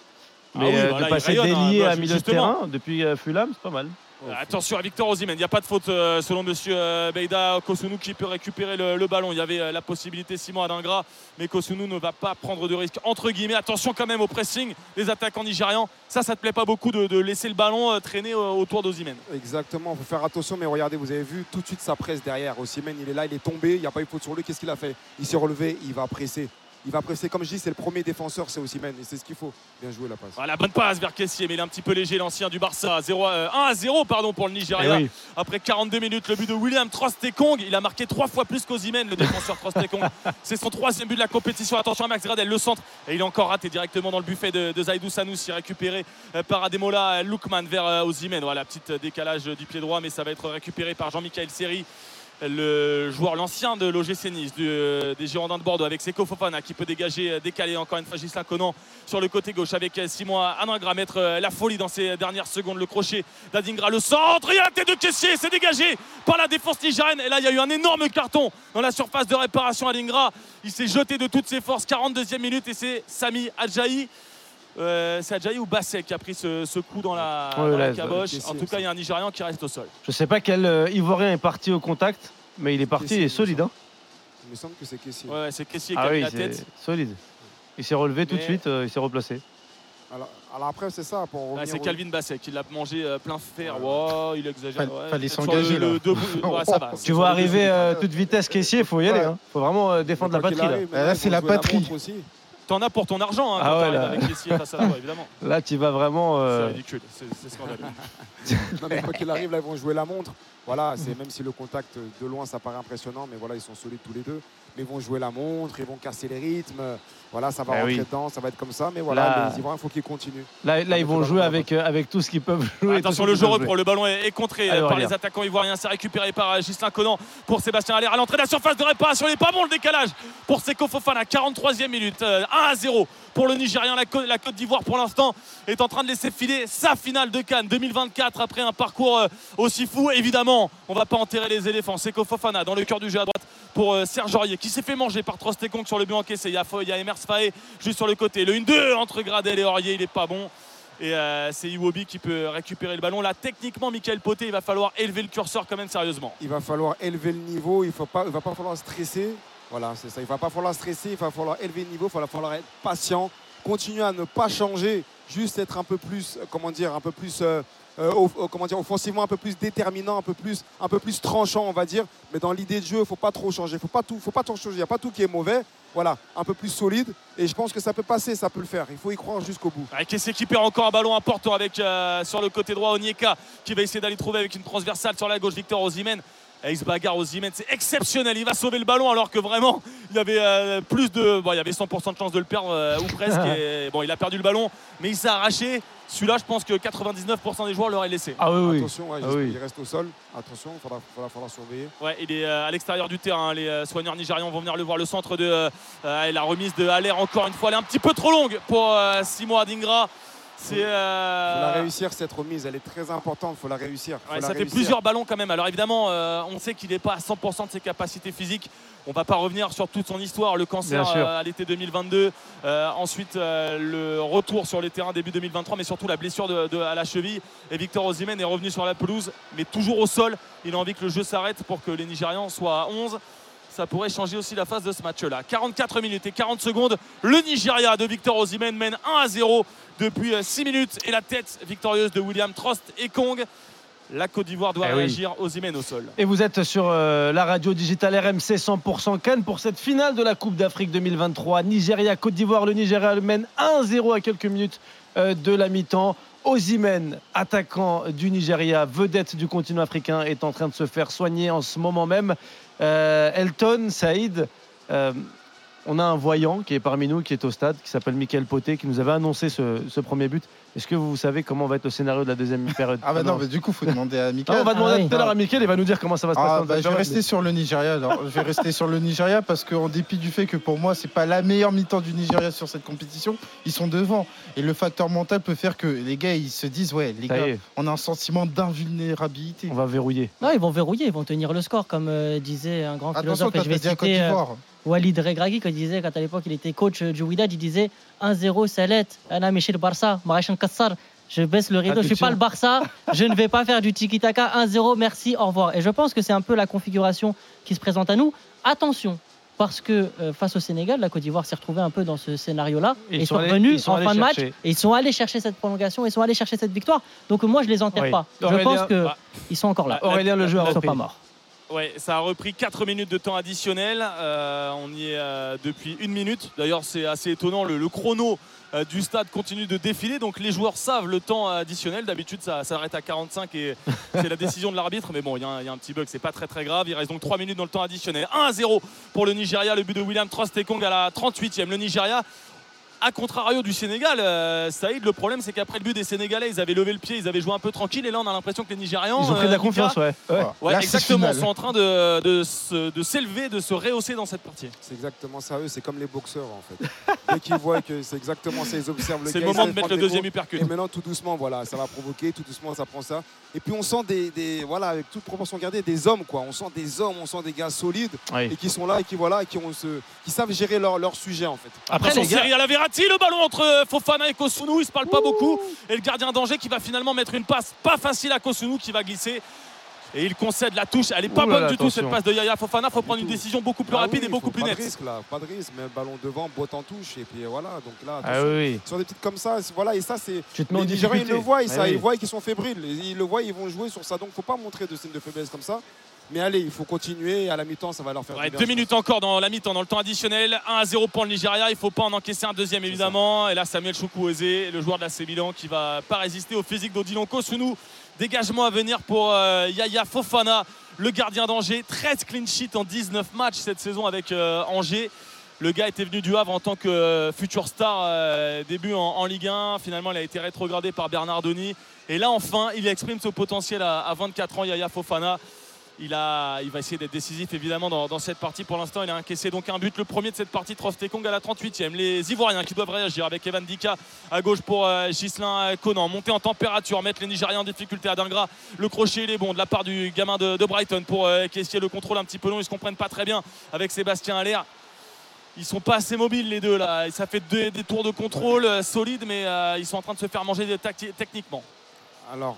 Mais Ah oui, euh, voilà, de il passer rayonne, hein, délié bah, à milieu de justement. terrain depuis euh, Fulham, c'est pas mal. Euh, Attention à Victor Osimhen, il n'y a pas de faute euh, selon monsieur euh, Beida Kosunu qui peut récupérer le, le ballon. Il y avait euh, la possibilité Simon Adingra, mais Kosunu ne va pas prendre de risque entre guillemets. Attention quand même au pressing des attaquants nigérians. Ça, ça te plaît pas beaucoup de, de laisser le ballon euh, traîner euh, autour d'Osimhen. Exactement, il faut faire attention, mais regardez, vous avez vu tout de suite sa presse derrière. Osimhen, il est là, il est tombé, il n'y a pas eu faute sur lui. Qu'est-ce qu'il a fait? Il s'est relevé, il va presser. Il va presser, comme je dis, c'est le premier défenseur, c'est Osimhen, et c'est ce qu'il faut. Bien joué la passe. Voilà, bonne passe vers Kessié, mais il est un petit peu léger, l'ancien du Barça. zéro, euh, un à zéro pardon, pour le Nigeria. Eh oui. Après quarante-deux minutes, le but de William Trostekong. Il a marqué trois fois plus qu'Osimhen, le défenseur Trostekong. C'est son troisième but de la compétition. Attention à Max Gradel, le centre. Et il est encore raté directement dans le buffet de, de Zaidou Sanoussi, récupéré euh, par Ademola Lookman vers euh, Osimhen. Voilà, petit euh, décalage euh, du pied droit, mais ça va être récupéré par Jean-Michel Seri, le joueur, l'ancien de l'O G C Nice, du, euh, des Girondins de Bordeaux, avec Seko Fofana qui peut dégager, euh, décaler encore une fois Ghislain Conan sur le côté gauche avec euh, Simon Adingra, mettre euh, la folie dans ces dernières secondes. Le crochet d'Adingra, le centre, il y a la tête de Kessié, c'est dégagé par la défense nigérienne. Et là, il y a eu un énorme carton dans la surface de réparation. Adingra, il s'est jeté de toutes ses forces. quarante-deuxième minute et c'est Sami Adjaï. Euh, c'est Adjaï ou Bassek qui a pris ce, ce coup dans la, Ouais, dans la là, caboche. Kessié En tout cas, il y a un Nigérian qui reste au sol. Je sais pas quel euh, Ivoirien est parti au contact, mais il est parti, Kessié, il est il me solide. semble. Hein. Il me semble que c'est Kessié. Ouais, ouais, c'est Kessié qui Ah a mis oui, la c'est tête. solide. Il s'est relevé tout de Mais- suite, euh, il s'est replacé. Alors, alors après, c'est ça. Pour Ouais, revenir c'est au- Calvin Bassek qui l'a mangé euh, plein fer. Ouais. Wow, il exagère. Fall- ouais. fallait Sur s'engager, le- le là. debout- ouais, ça va. Tu Sur vois le arriver debout. euh, toute vitesse Kessié, il faut y aller. Ouais. Il faut vraiment euh, défendre la Mais quoi qu'il patrie. Là. arrive, Là, maintenant, c'est ils vont la jouer patrie. montre aussi. T'en as pour ton argent hein, Ah quand ouais, t'arrives là. avec Kessié face à toi, évidemment. Là, tu vas vraiment. C'est euh, ridicule, c'est c'est scandaleux. Non, mais quoi qu'il arrive, là, ils vont jouer la montre. Voilà, c'est même si le contact de loin, ça paraît impressionnant, mais voilà, ils sont solides tous les deux. Mais ils vont jouer la montre, ils vont casser les rythmes. Voilà, ça va Eh rentrer oui. dedans, ça va être comme ça. Mais voilà, Là- les Ivoiriens, il faut qu'ils continuent. Là, là, mais ils faut vont pas jouer le avec, euh, avec tout ce qu'ils peuvent jouer. Attention, tout le ce jeu qu'ils peuvent reprend. Le ballon est, est contré euh, Allez, par regarde. les attaquants ivoiriens. C'est récupéré par euh, Ghislain Conan pour Sébastien Haller. À l'entrée de la surface de réparation, il n'est pas bon le décalage pour Seko Fofana. quarante-troisième minute, euh, un à zéro pour le Nigérian. La, Côte- la Côte d'Ivoire, pour l'instant, est en train de laisser filer sa finale de Cannes deux mille vingt-quatre après un parcours euh, aussi fou. Évidemment, on ne va pas enterrer les éléphants. Seko Fofana dans le cœur du jeu à droite pour euh, Serge Aurier qui s'est fait manger par Trostekong sur le but encaissé. Il y a, Fo- il y a Emers Faé juste sur le côté. Le un deux entre Gradel et Aurier, il n'est pas bon. Et euh, c'est Iwobi qui peut récupérer le ballon. Là, techniquement, Michael Poté, il va falloir élever le curseur quand même sérieusement. Il va falloir élever le niveau, il ne va pas falloir stresser. Voilà, c'est ça. Il ne va pas falloir stresser, il va falloir élever le niveau, il va falloir être patient, continuer à ne pas changer, juste être un peu plus, euh, comment dire, un peu plus, euh, euh, off- euh, comment dire, offensivement un peu plus déterminant, un peu plus, un peu plus tranchant, on va dire. Mais dans l'idée de jeu, il ne faut pas trop changer, il faut pas tout, faut pas trop changer. Il n'y a pas tout qui est mauvais. Voilà, un peu plus solide. Et je pense que ça peut passer, ça peut le faire. Il faut y croire jusqu'au bout. Avec Kessié qui perd encore un ballon important avec euh, sur le côté droit Onyeka qui va essayer d'aller trouver avec une transversale sur la gauche Victor Osimhen. Et il se bagarre Osimhen, c'est exceptionnel. Il va sauver le ballon alors que vraiment il y avait euh, plus de, bon, il y avait cent pour cent de chance de le perdre euh, ou presque. Et, bon, il a perdu le ballon, mais il s'est arraché. Celui-là, je pense que quatre-vingt-dix-neuf pour cent des joueurs l'auraient laissé. Ah oui, oui. Attention, ouais, Ah j'espère oui. qu'il reste au sol. Attention, il faudra, faudra, faudra surveiller. Ouais, il est euh, à l'extérieur du terrain. Les euh, soigneurs nigérians vont venir le voir. Le centre de euh, euh, et la remise de Haller encore une fois, elle est un petit peu trop longue pour euh, Simon Adingra. C'est Il faut euh, la réussir, cette remise. Elle est très importante. Il faut la réussir. Faut Ouais, la ça fait réussir. plusieurs ballons quand même. Alors évidemment, euh, on sait qu'il n'est pas à cent pour cent de ses capacités physiques. On ne va pas revenir sur toute son histoire, le cancer Bien sûr. euh, à l'été deux mille vingt-deux, euh, ensuite euh, le retour sur les terrains début deux mille vingt-trois, mais surtout la blessure de, de- à la cheville. Et Victor Osimhen est revenu sur la pelouse, mais toujours au sol. Il a envie que le jeu s'arrête pour que les Nigérians soient à onze. Ça pourrait changer aussi la phase de ce match-là. quarante-quatre minutes et quarante secondes. Le Nigeria de Victor Osimhen mène un à zéro depuis six minutes. Et la tête victorieuse de William Trost et Kong. La Côte d'Ivoire doit Eh oui. réagir. Osimhen au sol. Et vous êtes sur euh, la radio digitale R M C cent pour cent Cannes pour cette finale de la Coupe d'Afrique deux mille vingt-trois. Nigeria, Côte d'Ivoire. Le Nigeria mène un à zéro à quelques minutes euh, de la mi-temps. Osimhen, attaquant du Nigeria, vedette du continent africain, est en train de se faire soigner en ce moment même. Euh, Elton, Saïd, euh, on a un voyant qui est parmi nous, qui est au stade, qui s'appelle Michael Poté, qui nous avait annoncé ce, ce premier but. Est-ce que vous savez comment va être le scénario de la deuxième période? Ah bah non, mais du coup, faut demander à Ah, Mickaël. on va demander Ah oui. tout à l'heure à Michael, il va nous dire comment ça va se passer. Ah, dans bah, cette je vais période. rester sur le Nigeria. Alors. Je vais rester sur le Nigeria parce qu'en dépit du fait que pour moi, c'est pas la meilleure mi-temps du Nigeria sur cette compétition, ils sont devant. Et le facteur mental peut faire que les gars, ils se disent ouais, les Ça y gars, est. on a un sentiment d'invulnérabilité. On va verrouiller. Non, ils vont verrouiller, ils vont tenir le score, comme euh, disait un grand Attention, philosophe. Et quand je t'as vais dit à Côte citer, euh, d'Ivoire. Walid Regragui, quand il disait, quand à l'époque il était coach du Wydad, il disait un zéro, Salet, Ana Michel Barça, Maréchal Kassar. Je baisse le rideau, je ne suis pas le Barça, je ne vais pas faire du tiki-taka. un zéro, merci, au revoir. Et je pense que c'est un peu la configuration qui se présente à nous. Attention, parce que euh, face au Sénégal, la Côte d'Ivoire s'est retrouvée un peu dans ce scénario-là. Et ils sont revenus en fin de match et ils sont allés chercher cette prolongation, ils sont allés chercher cette victoire. Donc moi, je ne les enterre oui. pas. Aurélien, je pense qu'ils bah, sont encore là. Aurélien, le jeu ils ne sont pas morts. Ouais, ça a repris quatre minutes de temps additionnel. Euh, on y est euh, depuis une minute. D'ailleurs, c'est assez étonnant. Le, le chrono euh, du stade continue de défiler. Donc, les joueurs savent le temps additionnel. D'habitude, ça, ça s'arrête à quarante-cinq et c'est la décision de l'arbitre. Mais bon, il y, y a un petit bug. C'est pas très très grave. Il reste donc trois minutes dans le temps additionnel. un à zéro pour le Nigeria. Le but de William Trostekong à la trente-huitième. Le Nigeria. A contrario du Sénégal, euh, Saïd, le problème c'est qu'après le but des Sénégalais, ils avaient levé le pied, ils avaient joué un peu tranquille et là on a l'impression que les Nigérians ils ont pris de la euh, confiance, ouais. ouais. ouais exactement, sont en train de, de, se, de s'élever, de se rehausser dans cette partie. C'est exactement ça, eux, c'est comme les boxeurs en fait. Dès qu'ils voient que c'est exactement ça, ils observent le c'est gars. C'est le moment de mettre le deuxième uppercut. Et maintenant tout doucement, voilà, ça va provoquer, tout doucement ça prend ça. Et puis on sent des, des voilà, avec toute proportion gardée, des hommes quoi. On sent des hommes, on sent des gars solides oui. et qui sont là et qui voilà, et qui, ont ce, qui savent gérer leur, leur sujet en fait. Après, Après les gars, il y a la Verratti, le ballon entre Fofana et Kosunu, ils ne se parlent pas beaucoup. Et le gardien d'Angers qui va finalement mettre une passe pas facile à Kosunu qui va glisser. Et il concède la touche. Elle n'est pas Ouh bonne là, du attention. tout cette passe de Yaya Fofana. Il faut prendre une décision beaucoup plus ah rapide oui, et beaucoup plus pas nette. De risque, là, pas de risque, mais ballon devant, botte en touche. Et puis voilà. Donc là, ah oui. sur des petites comme ça, voilà. Et ça, c'est. Les Nigériens, ils le voient, ils, ah oui. ils voient qu'ils sont fébriles. Ils le voient, ils vont jouer sur ça. Donc il ne faut pas montrer de signes de faiblesse comme ça. Mais allez, il faut continuer. À la mi-temps, ça va leur faire ouais, du bien. Deux minutes encore dans la mi-temps, dans le temps additionnel. un à zéro pour le Nigeria. Il ne faut pas en encaisser un deuxième, évidemment. Et là, Samuel Chukwueze, le joueur de l'A C Milan, qui ne va pas résister au physique d'Odilon Kosunu. Dégagement à venir pour euh, Yaya Fofana, le gardien d'Angers. treize clean sheets en dix-neuf matchs cette saison avec euh, Angers. Le gars était venu du Havre en tant que euh, futur star, euh, début en, en Ligue un. Finalement, il a été rétrogradé par Bernardoni. Et là, enfin, il exprime ce potentiel à, à vingt-quatre ans, Yaya Fofana. Il, a, il va essayer d'être décisif évidemment dans, dans cette partie. Pour l'instant, il a encaissé donc un but, le premier de cette partie, Trostekong à la trente-huitième. Les Ivoiriens qui doivent réagir avec Evan Dika à gauche pour euh, Ghislain Conan. Monter en température, mettre les Nigériens en difficulté à Dingra. Le crochet, il est bon de la part du gamin de, de Brighton pour euh, essayer le contrôle un petit peu long. Ils ne se comprennent pas très bien avec Sébastien Haller. Ils sont pas assez mobiles les deux là. Ça fait deux, des tours de contrôle euh, solides, mais euh, ils sont en train de se faire manger techniquement. Alors.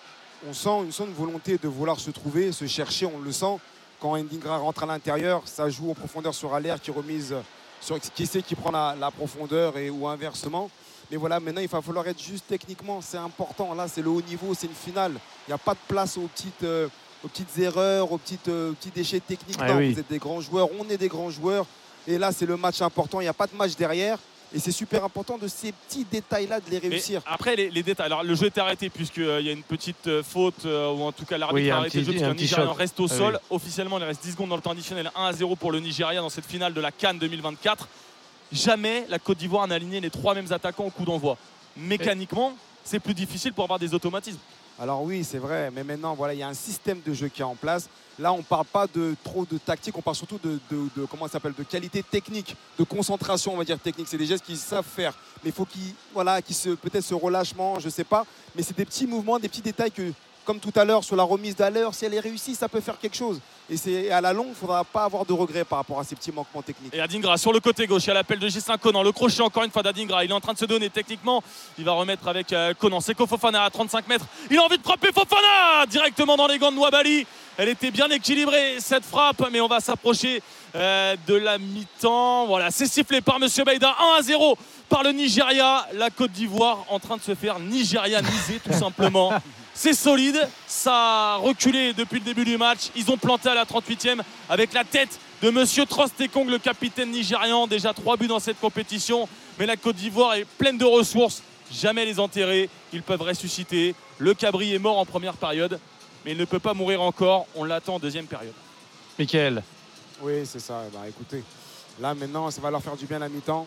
On sent une, sent une volonté de vouloir se trouver, se chercher, on le sent. Quand Ndingra rentre à l'intérieur, ça joue en profondeur sur Haller qui remise, sur qui sait qui prend la, la profondeur et, ou inversement. Mais voilà, maintenant il va falloir être juste techniquement, c'est important. Là, c'est le haut niveau, c'est une finale. Il n'y a pas de place aux petites, euh, aux petites erreurs, aux, petites, euh, aux petits déchets techniques. Ah non, oui. Vous êtes des grands joueurs, on est des grands joueurs. Et là, c'est le match important, il n'y a pas de match derrière. Et c'est super important de ces petits détails-là de les réussir. Mais après, les, les détails. Alors, le jeu est arrêté puisqu'il euh, y a une petite euh, faute, euh, ou en tout cas, l'arbitre oui, a arrêté petit, le jeu parce qu'un Nigérian reste au ah, sol. Oui. Officiellement, il reste dix secondes dans le temps additionnel. un à zéro pour le Nigeria dans cette finale de la CAN deux mille vingt-quatre. Jamais la Côte d'Ivoire n'a aligné les trois mêmes attaquants au coup d'envoi. Mécaniquement, c'est plus difficile pour avoir des automatismes. Alors oui, c'est vrai, mais maintenant, voilà, il y a un système de jeu qui est en place. Là, on ne parle pas de trop de tactique, on parle surtout de, de, de comment ça s'appelle, de qualité technique, de concentration, on va dire technique. C'est des gestes qu'ils savent faire, mais il faut qu'ils, voilà, qu'ils se, peut-être ce relâchement, je ne sais pas, mais c'est des petits mouvements, des petits détails que, comme tout à l'heure sur la remise d'Haller, si elle est réussie, ça peut faire quelque chose. Et c'est à la longue, il ne faudra pas avoir de regrets par rapport à ces petits manquements techniques. Et Adingra sur le côté gauche, il y a l'appel de Ghislain Conan. Le crochet encore une fois d'Adingra. Il est en train de se donner techniquement. Il va remettre avec euh, Conan. Seko Fofana à trente-cinq mètres. Il a envie de frapper Fofana directement dans les gants de Nouabali. Elle était bien équilibrée cette frappe, mais on va s'approcher euh, de la mi-temps. Voilà, c'est sifflé par Monsieur Beida. un à zéro par le Nigeria. La Côte d'Ivoire en train de se faire nigérianiser tout simplement. C'est solide, ça a reculé depuis le début du match. Ils ont planté à la trente-huitième avec la tête de Monsieur Trostekong, le capitaine nigérian. Déjà trois buts dans cette compétition. Mais la Côte d'Ivoire est pleine de ressources. Jamais les enterrer. Ils peuvent ressusciter. Le Cabri est mort en première période, mais il ne peut pas mourir encore. On l'attend en deuxième période. Mickaël. Oui, c'est ça. Bah, écoutez, là maintenant, ça va leur faire du bien la mi-temps.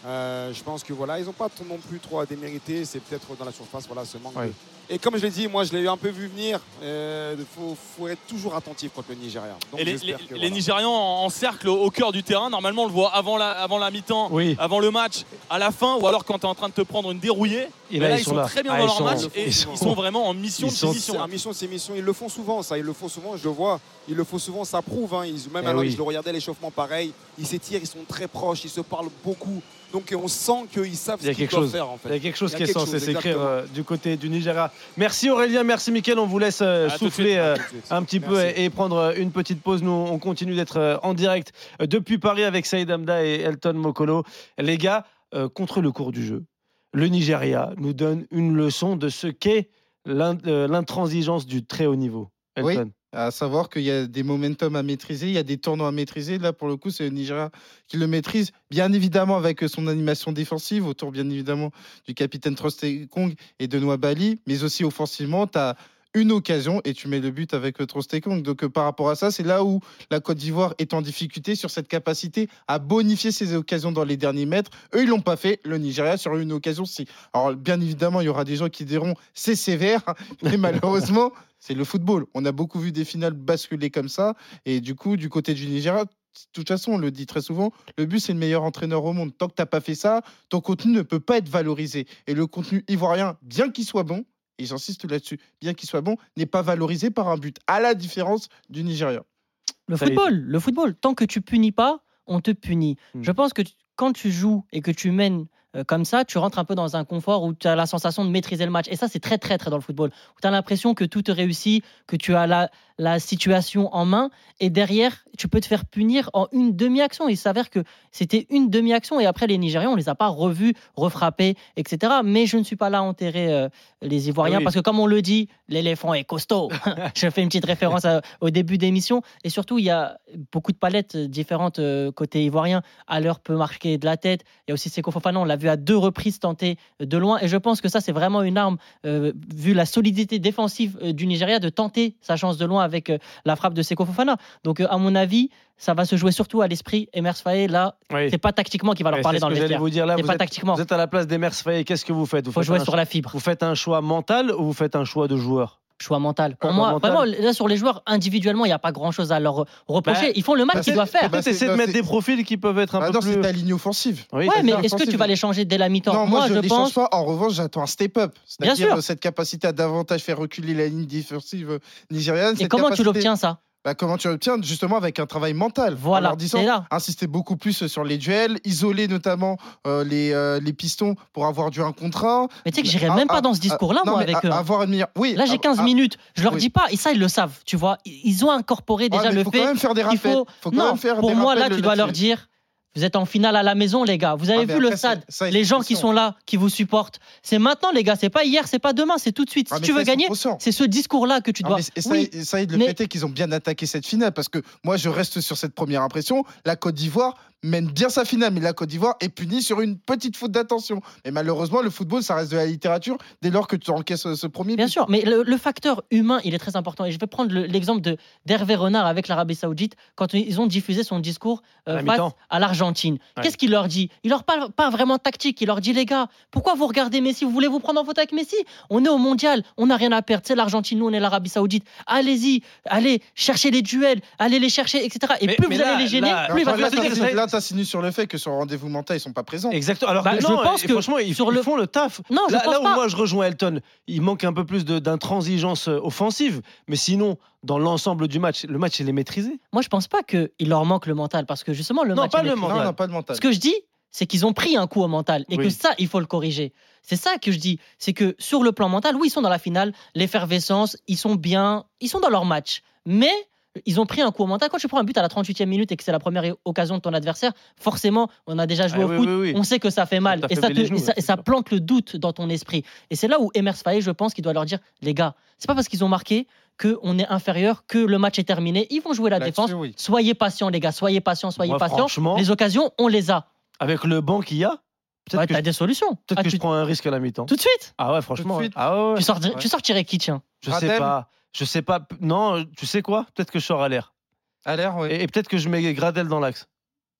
Euh, je pense que voilà, ils n'ont pas non plus trop à démériter. C'est peut-être dans la surface, voilà, ce manque Oui. de... Et comme je l'ai dit, moi je l'ai un peu vu venir. Il euh, faut, faut être toujours attentif contre le Nigeria. Donc, Et les, j'espère les- que, les voilà. Nigérians en, en cercle au, au cœur du terrain, normalement on le voit avant la, avant la mi-temps, Oui. avant le match, à la fin, ou alors quand tu es en train de te prendre une dérouillée. Et Mais là, là, ils ils sont sont là. très bien Ah, dans ils leur sont- match et ils ils sont- sont, vraiment en mission ils de sont- finition. C'est un mission, c'est mission. Ils le font souvent, ça. Ils le font souvent, je le vois. Ils le font souvent, ça prouve. Hein. Ils, même Eh alors, oui. je le regardais à l'échauffement pareil. Ils s'étirent, ils sont très proches, ils se parlent beaucoup. Donc on sent qu'ils savent Il y a ce qu'ils quelque doivent chose. faire en Il y a fait. quelque chose Il y a qui est quelque censé chose, s'écrire exactement. euh, du côté du Nigeria. Merci Aurélien, merci Mickaël. On vous laisse euh, À tout de souffler suite. euh, À tout de suite. un petit peu Merci. et, et prendre euh, une petite pause. Nous, on continue d'être euh, en direct euh, depuis Paris avec Saïd Hamda et Elton Mokolo. Les gars, euh, contre le cours du jeu, le Nigeria nous donne une leçon de ce qu'est l'in- euh, l'intransigeance du très haut niveau. Oui. Elton. À savoir qu'il y a des momentum à maîtriser, il y a des tournois à maîtriser. Là, pour le coup, c'est le Nigeria qui le maîtrise, bien évidemment avec son animation défensive, autour bien évidemment du capitaine Trostekong et de Nwabali, mais aussi offensivement, tu as une occasion et tu mets le but avec Trostekong. Donc euh, par rapport à ça, c'est là où la Côte d'Ivoire est en difficulté sur cette capacité à bonifier ses occasions dans les derniers mètres. Eux, ils l'ont pas fait. Le Nigeria, sur une occasion, si. Alors bien évidemment, il y aura des gens qui diront c'est sévère, mais malheureusement, c'est le football. On a beaucoup vu des finales basculer comme ça. Et du coup, du côté du Nigeria, de toute façon, on le dit très souvent, le but, c'est le meilleur entraîneur au monde. Tant que tu n'as pas fait ça, ton contenu ne peut pas être valorisé. Et le contenu ivoirien, bien qu'il soit bon, et j'insiste là-dessus, bien qu'il soit bon, n'est pas valorisé par un but, à la différence du Nigeria. Le Ça y est. football, le football, tant que tu punis pas, on te punit. Hmm. Je pense que tu- quand tu joues et que tu mènes euh, comme ça, tu rentres un peu dans un confort où tu as la sensation de maîtriser le match. Et ça, c'est très, très, très dans le football. Où tu as l'impression que tout te réussit, que tu as la, la situation en main. Et derrière, tu peux te faire punir en une demi-action. Il s'avère que c'était une demi-action. Et après, les Nigérians, on les a pas revus, refrappés, et cetera. Mais je ne suis pas là à enterrer euh, les Ivoiriens. Ah oui. Parce que comme on le dit, l'éléphant est costaud. Je fais une petite référence à- au début d'émission. Et surtout, il y a beaucoup de palettes différentes euh, côté ivoirien. Haller peut marquer de la tête. Il y a aussi Seko Fofana, on l'a vu à deux reprises tenter de loin. Et je pense que ça, c'est vraiment une arme, euh, vu la solidité défensive euh, du Nigeria, de tenter sa chance de loin avec euh, la frappe de Seko Fofana. Donc, euh, à mon avis, ça va se jouer surtout à l'esprit. Emers Faé, là, Oui. c'est pas tactiquement qu'il va leur Ouais, parler c'est ce dans le que j'allais vestiaire. vous dire là. C'est Vous pas êtes, tactiquement. vous êtes à la place d'Emers Faé. Qu'est-ce que vous faites? Vous Il faut faites jouer un sur choix- la fibre. Vous faites un choix mental ou vous faites un choix de joueur? Choix mental. Pour Ah, moi, mental. vraiment, là, sur les joueurs, individuellement, il n'y a pas grand-chose à leur reprocher. Bah, Ils font le match bah, qu'ils c'est- doivent faire. bah, Peut-être c'est- essayer de bah, mettre c'est- des profils qui peuvent être un Ah peu non, plus. c'est ta ligne offensive. Oui, Ouais, c'est mais ça. est-ce que tu offensive. vas les changer dès la mi-temps? Non, moi, je je ne les pense. change pas. En revanche, j'attends un step-up. Bien C'est-à-dire sûr. euh, cette capacité à davantage faire reculer la ligne défensive euh, nigériane. Et cette comment tu capacité- l'obtiens, ça? Bah, comment tu l'obtiens? Justement avec un travail mental. Voilà, En leur disant, c'est là. insister beaucoup plus sur les duels, isoler notamment euh, les, euh, les pistons pour avoir du un contre un. Mais tu sais que j'irai Ah, même pas ah, dans ce discours-là, ah, non, moi, mais avec a- eux. Avoir une meilleure... Oui, Là, j'ai ah, quinze ah, minutes. Je leur oui. dis pas, et ça, ils le savent, tu vois. Ils ont incorporé déjà ouais, mais le faut fait. quand même faire des qu'il rappels. faut... Faut quand non, même faire pour des moi, là, rappels tu dois leur là-dessus. dire, vous êtes en finale à la maison, les gars. Vous avez Ah, mais vu le après, stade, ça, ça, les ils gens sont qui conscients. sont là, qui vous supportent. C'est maintenant, les gars. C'est pas hier, c'est pas demain, c'est tout de suite. Ah, Si mais tu ça, veux ils sont gagner, conscients. c'est ce discours-là que tu Ah, dois. mais et ça, Oui, et ça, et le mais- fait est qu'ils ont bien attaqué cette finale parce que moi je reste sur cette première impression. La Côte d'Ivoire mène bien sa finale, mais la Côte d'Ivoire est punie sur une petite faute d'attention. Mais malheureusement, le football, ça reste de la littérature dès lors que tu encaisses ce, ce premier Bien but. sûr, mais le, le facteur humain, il est très important. Et je vais prendre le- l'exemple de d'Hervé Renard avec l'Arabie Saoudite quand ils ont diffusé son discours euh, À la face mi-temps. à l'Argentine. Ouais. Qu'est-ce qu'il leur dit? Il leur parle pas vraiment tactique. Il leur dit, les gars, pourquoi vous regardez Messi? Vous voulez vous prendre en photo avec Messi? On est au mondial, on n'a rien à perdre. C'est l'Argentine, nous, on est l'Arabie Saoudite. Allez-y, allez chercher les duels, allez les chercher, et cetera. Et Mais- plus mais vous là- allez les gêner, là- plus il va Là, falloir là, qu'ils ça- t'as- là, t'insinues sur le fait que sur le rendez-vous mental, ils sont pas présents. Exactement. Alors Bah, que je non, pense et que franchement, ils, sur ils le- font le taf. Non, je là, pense là où pas. moi je rejoins Elton, il manque un peu plus de- d'intransigeance euh, offensive, mais sinon, dans l'ensemble du match, le match il est maîtrisé. Moi, je pense pas qu'il leur manque le mental parce que justement, le Non, match pas est le maîtrisé. mental. Non, non, pas de mental. Ce que je dis, c'est qu'ils ont pris un coup au mental et Oui. que ça, il faut le corriger. C'est ça que je dis. C'est que sur le plan mental, oui, ils sont dans la finale, l'effervescence, ils sont bien, ils sont dans leur match. Mais ils ont pris un coup au mental. Quand tu prends un but à la trente-huitième minute et que c'est la première occasion de ton adversaire, forcément, on a déjà joué Ah au oui, foot, oui, oui. on sait que ça fait mal. Ça et, ça t'affaiblit te- les genoux, et ça, ouais, et c'est ça sûr. plante le doute dans ton esprit. Et c'est là où Emers Faé, je pense qu'il doit leur dire, les gars, c'est pas parce qu'ils ont marqué qu'on est inférieur, que le match est terminé. Ils vont jouer la Là-dessus, défense. oui. Soyez patients, les gars, soyez patients, soyez Moi, patients. franchement- Les occasions, on les a. Avec le banc qu'il y a, peut-être Ouais, que, t'as je, des solutions. peut-être Ah, que tu- je prends un risque à la mi-temps. Tout de suite. Ah ouais, franchement. Tout de ouais. suite. Ah ouais, ouais. Tu, sors, Ouais. tu sortirais qui, tiens? Je sais Radel. pas. Je sais pas. Non, tu sais quoi? Peut-être que je sors à l'air. À l'air, oui. Et, et peut-être que je mets Gradel dans l'axe.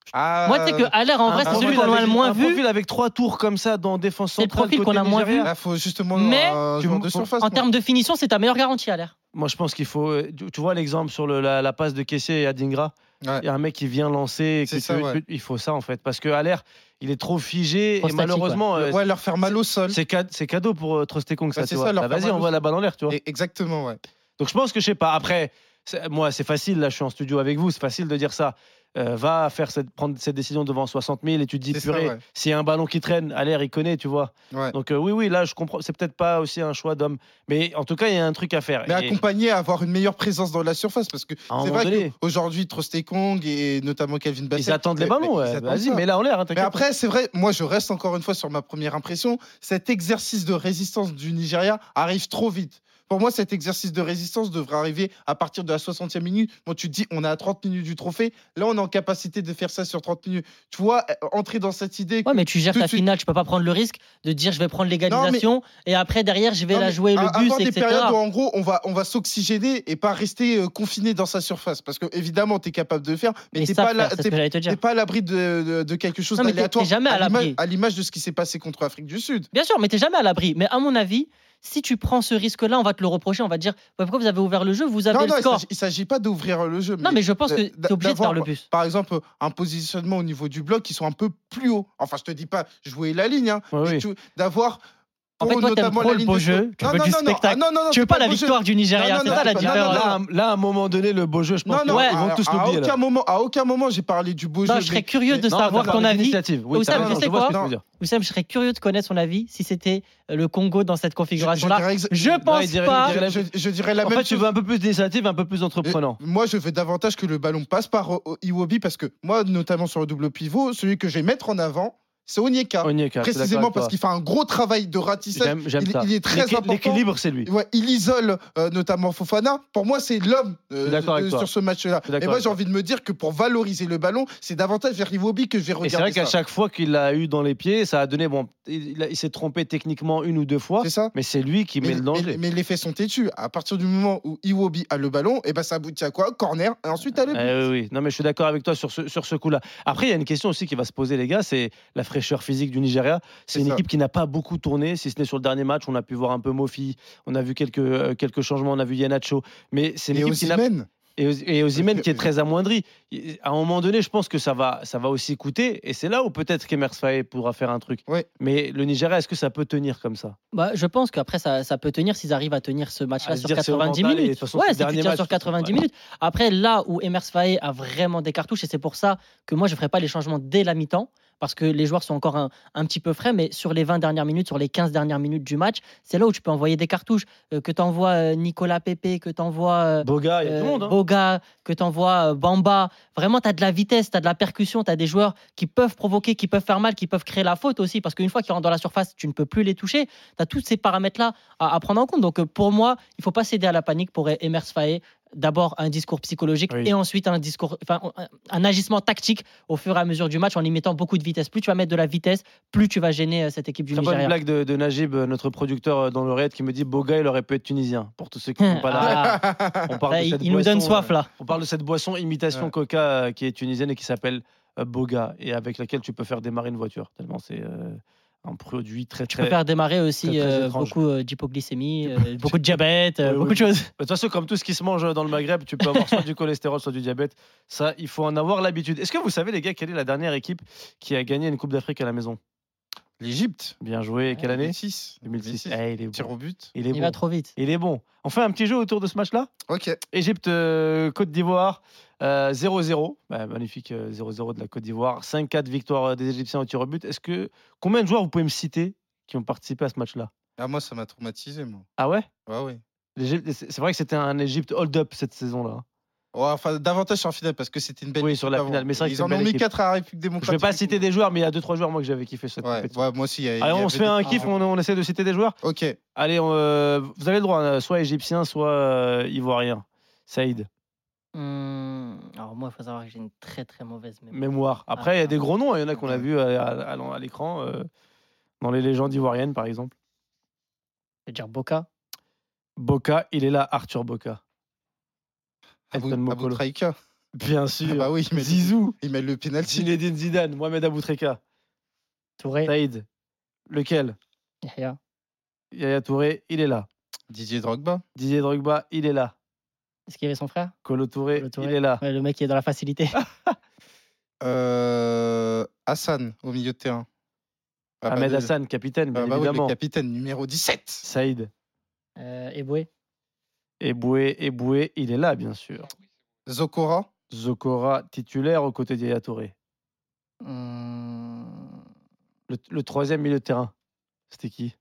Ah, Moi, tu sais que Haller, en vrai, Un c'est celui profil qu'on a le avec- moins un vu. profil avec trois tours comme ça dans défense C'est le centrale. profil côté qu'on a moins Nigeria. vu. Là, faut justement Mais, un tu joueur me- de surface. En moi. termes de finition, c'est ta meilleure garantie, Haller. Moi, je pense qu'il faut. euh, Tu tu vois l'exemple sur le- la, la passe de Kessié et Adingra. Ouais. Il y a un mec qui vient lancer. et que C'est tu ça, veux- ouais. tu- Il faut ça, en fait. Parce que Haller, il est trop figé. Trop et statique, malheureusement, euh, Ouais, leur faire mal au sol. c'est cad- c'est cadeau pour euh, Trostekong, ça. Ouais, tu c'est vois. ça, leur Bah, faire Vas-y, mal envoie au la balle en l'air, tu vois. Et- Exactement, ouais. Donc je pense que je sais pas. Après, c'est- moi c'est facile. Là, je suis en studio avec vous. C'est facile de dire ça. Euh, va faire cette, prendre cette décision devant soixante mille et tu te dis C'est ça, purée. ouais. S'il y a un ballon qui traîne, à l'air, il connaît, tu vois. Ouais. Donc euh, oui, oui, là je comprends. C'est peut-être pas aussi un choix d'homme, mais en tout cas il y a un truc à faire. Mais Et- accompagner à avoir une meilleure présence dans la surface parce que À un c'est moment vrai donné. qu'aujourd'hui Trostekong et notamment Kelvin Bassett ils attendent les mais- ballons. mais Ouais. ils attendent Vas-y, ça. mets-la en l'air. hein, Mais t'inquiète. après, c'est vrai, moi je reste encore une fois sur ma première impression. Cet exercice de résistance du Nigeria arrive trop vite. Pour moi, cet exercice de résistance devrait arriver à partir de la soixantième minute. Bon, tu te dis, on est à trente minutes du trophée. Là, on est en capacité de faire ça sur trente minutes. Tu vois, euh, entrer dans cette idée. que Ouais, mais tu gères tout de ta suite- finale, tu peux pas prendre le risque de dire je vais prendre l'égalisation et après derrière je vais Non, la mais jouer le à- bus, avoir des et cetera. périodes où en gros on va, on va s'oxygéner et pas rester euh, confiné dans sa surface. Parce que évidemment, tu es capable de le faire, mais Mais tu n'es ça, pas, frère, là- c'est ce t'es- que j'allais te dire. t'es pas à l'abri de, de- de quelque chose Non, mais t'es- d'aléatoire. t'es jamais à l'image- l'abri. À l'image de ce qui s'est passé contre l'Afrique du Sud. Bien sûr, mais t'es jamais à l'abri. Mais à mon avis, si tu prends ce risque-là, on va te le reprocher. On va te dire ouais, pourquoi vous avez ouvert le jeu, vous avez Non, le non, il score. s'agit- il ne s'agit pas d'ouvrir le jeu. Non, mais je pense que d- t'es obligé de faire d'avoir, le bus. Par exemple, un positionnement au niveau du bloc qui sont un peu plus haut. Enfin, je te dis pas jouer la ligne, hein, Ouais, mais oui. tu- d'avoir. En fait, pour toi, t'aimes notamment trop la le ligne beau de- jeu, tu Non, veux non, du non, non, spectacle. ah, non, non, non, Tu veux c'est pas le la beau jeu. victoire du Nigeria, Non, non, c'est non, ça la c'est pas- non, différence. non, Là, là, à un moment donné, le beau jeu, je pense Non, non, Ouais. qu'ils vont à, tous à l'oublier. aucun là. moment, à aucun moment, j'ai parlé du beau Non, jeu. je serais mais- curieux de mais- Non, savoir t'as ton parlé avis. d'initiative. Oui, Oussam, t'as tu raison, sais je vois ce quoi que tu veux dire. Oussam, je serais curieux de connaître son avis si c'était le Congo dans cette Je, je configuration-là. dirais exa- Je Non, pense il dirait- pas. il dirait- je- je- je dirais la En même fait, tu chose. veux un peu plus d'initiative, un peu plus entreprenant. Euh, Moi, je veux davantage que le ballon passe par euh, Iwobi parce que moi, notamment sur le double pivot, celui que je vais mettre en avant, c'est Onyeka. Onyeka, je suis Précisément d'accord avec parce toi. qu'il fait un gros travail de ratissage. J'aime, j'aime il, ça. il est très L'équi- important. L'équilibre, c'est lui. Ouais, il isole euh, notamment Fofana. Pour moi, c'est l'homme euh, Je suis d'accord avec euh, toi. sur ce match-là. Je suis d'accord Et moi, avec j'ai toi. envie de me dire que pour valoriser le ballon, c'est davantage vers Iwobi que je vais Et c'est regarder vrai qu'à ça. chaque fois qu'il l'a eu dans les pieds, ça a donné. Bon, il, a- il s'est trompé techniquement une ou deux fois, C'est ça. mais c'est lui qui met Mais, le danger. mais- mais les faits sont têtus. À partir du moment où Iwobi a le ballon, et ben ça aboutit à quoi? Corner. Et ensuite, à le but. Eh oui, oui. Non, mais je suis d'accord avec toi sur ce, sur ce coup-là. Après, il y a une question aussi qui va se poser, les gars, c'est la fraîcheur physique du Nigeria. C'est C'est une ça. équipe qui n'a pas beaucoup tourné, si ce n'est sur le dernier match. On a pu voir un peu Mofi, on a vu quelques, euh, quelques changements, on a vu Yanacho. Mais c'est une Et équipe qui n'a Osimhen. Et, Oz- et Osimhen qui est très amoindri. Il- À un moment donné, je pense que ça va, ça va aussi coûter. Et c'est là où peut-être qu'Emers Faé pourra faire un truc. Ouais. Mais le Nigeria, est-ce que ça peut tenir comme ça? Bah, je pense qu'après, ça, ça peut tenir s'ils arrivent à tenir ce match-là À se sur dire, c'est au quatre-vingt-dix mental et de minutes. toute façon, Ouais, c'est le c'est que tu dernier tiens match, sur quatre-vingt-dix ouais. minutes. Après, là où Emers Faé a vraiment des cartouches, et c'est pour ça que moi, je ne ferai pas les changements dès la mi-temps, parce que les joueurs sont encore un, un petit peu frais, mais sur les vingt dernières minutes, sur les quinze dernières minutes du match, c'est là où tu peux envoyer des cartouches. Euh, que tu envoies Nicolas Pepe, que tu envoies Boga, il y a tout le monde. hein. Boga, que tu envoies Bamba. Vraiment, tu as de la vitesse, tu as de la percussion, tu as des joueurs qui peuvent provoquer, qui peuvent faire mal, qui peuvent créer la faute aussi, parce qu'une fois qu'ils rentrent dans la surface, tu ne peux plus les toucher. Tu as tous ces paramètres-là à, à prendre en compte. Donc euh, pour moi, il ne faut pas céder à la panique pour Emers Faé. D'abord un discours psychologique Oui. et ensuite un discours, enfin, un, un agissement tactique au fur et à mesure du match en y mettant beaucoup de vitesse. Plus tu vas mettre de la vitesse, plus tu vas gêner euh, cette équipe du Très bonne Nigeria. blague de, de Najib, euh, notre producteur euh, dans l'oreillette, qui me dit Boga, il aurait pu être tunisien. Pour tous ceux qui ne sont pas là. Ah, On parle là, de il cette il nous donne boisson, soif euh, là. On parle de cette boisson imitation Ouais. Coca euh, qui est tunisienne et qui s'appelle euh, Boga et avec laquelle tu peux faire démarrer une voiture. Tellement c'est euh, un produit très Tu très. peux faire démarrer aussi très, très euh, étrange. beaucoup euh, d'hypoglycémie, euh, beaucoup de diabète, euh, Oui, beaucoup oui. de choses. De toute façon, comme tout ce qui se mange dans le Maghreb, tu peux avoir soit du cholestérol, soit du diabète. Ça, il faut en avoir l'habitude. Est-ce que vous savez, les gars, quelle est la dernière équipe qui a gagné une Coupe d'Afrique à la maison? L'Égypte. Bien joué. Quelle année? deux mille six. deux mille six. Eh, il est Tir bon. au but. Il est Il bon. va trop vite. Il est bon. On fait un petit jeu autour de ce match-là? Ok. Égypte, euh, Côte d'Ivoire, euh, zéro zéro. Bah, magnifique euh, zéro zéro de la Côte d'Ivoire. cinq quatre victoire euh, des Égyptiens au tir au but. Est-ce que combien de joueurs vous pouvez me citer qui ont participé à ce match-là? Ah, moi, ça m'a traumatisé, moi. Ah ouais? Ouais, ouais. L'Égypte- C'est c'est vrai que c'était un Égypte hold-up cette saison-là. Ouais, enfin, davantage sur la finale parce que c'était une belle Oui, équipe sur la avant. finale, mais c'est vrai que Ils c'est en une ont belle mis équipe. quatre à la République Je démocratique. vais pas citer des joueurs, mais il y a deux trois joueurs moi que j'avais kiffé cette Ouais, compétition. ouais, moi aussi. il y a- il y Allez, on avait se fait des- un kiff, on, on essaie de citer des joueurs. Ok. Allez, on, euh, vous avez le droit, hein, soit égyptien, soit euh, ivoirien. Saïd, Hum, alors moi, il faut savoir que j'ai une très très mauvaise mémoire. mémoire. Après, il y a des gros noms, il y en a qu'on a Ouais. vus à, à- à- à l'écran, euh, dans les légendes ivoiriennes par exemple. Je vais dire Boca. Boca, il est là, Arthur Boca. Abou, Elton Abou Mokolo. Traika. Bien sûr. Ah bah oui, il met, Zizou. il met le penalty. Zinedine Zidane, Mohamed Aboutreka. Touré. Saïd. Lequel? Yahya. Yaya Touré, il est là. Didier Drogba. Didier Drogba, il est là. Est-ce qu'il y avait son frère? Kolo Touré, Kolo Touré. il est là. Ouais, le mec qui est dans la facilité. Euh, Hassan, au milieu de terrain. Ah bah, Ahmed le- Hassan, capitaine, bien ah bah oui, évidemment. le capitaine numéro dix-sept. Saïd. Euh, Eboué. Eboué, Eboué, il est là, bien sûr. Zokora. Zokora, titulaire aux côtés d'Yaya Touré. Hum, Le, le troisième milieu de terrain, c'était qui?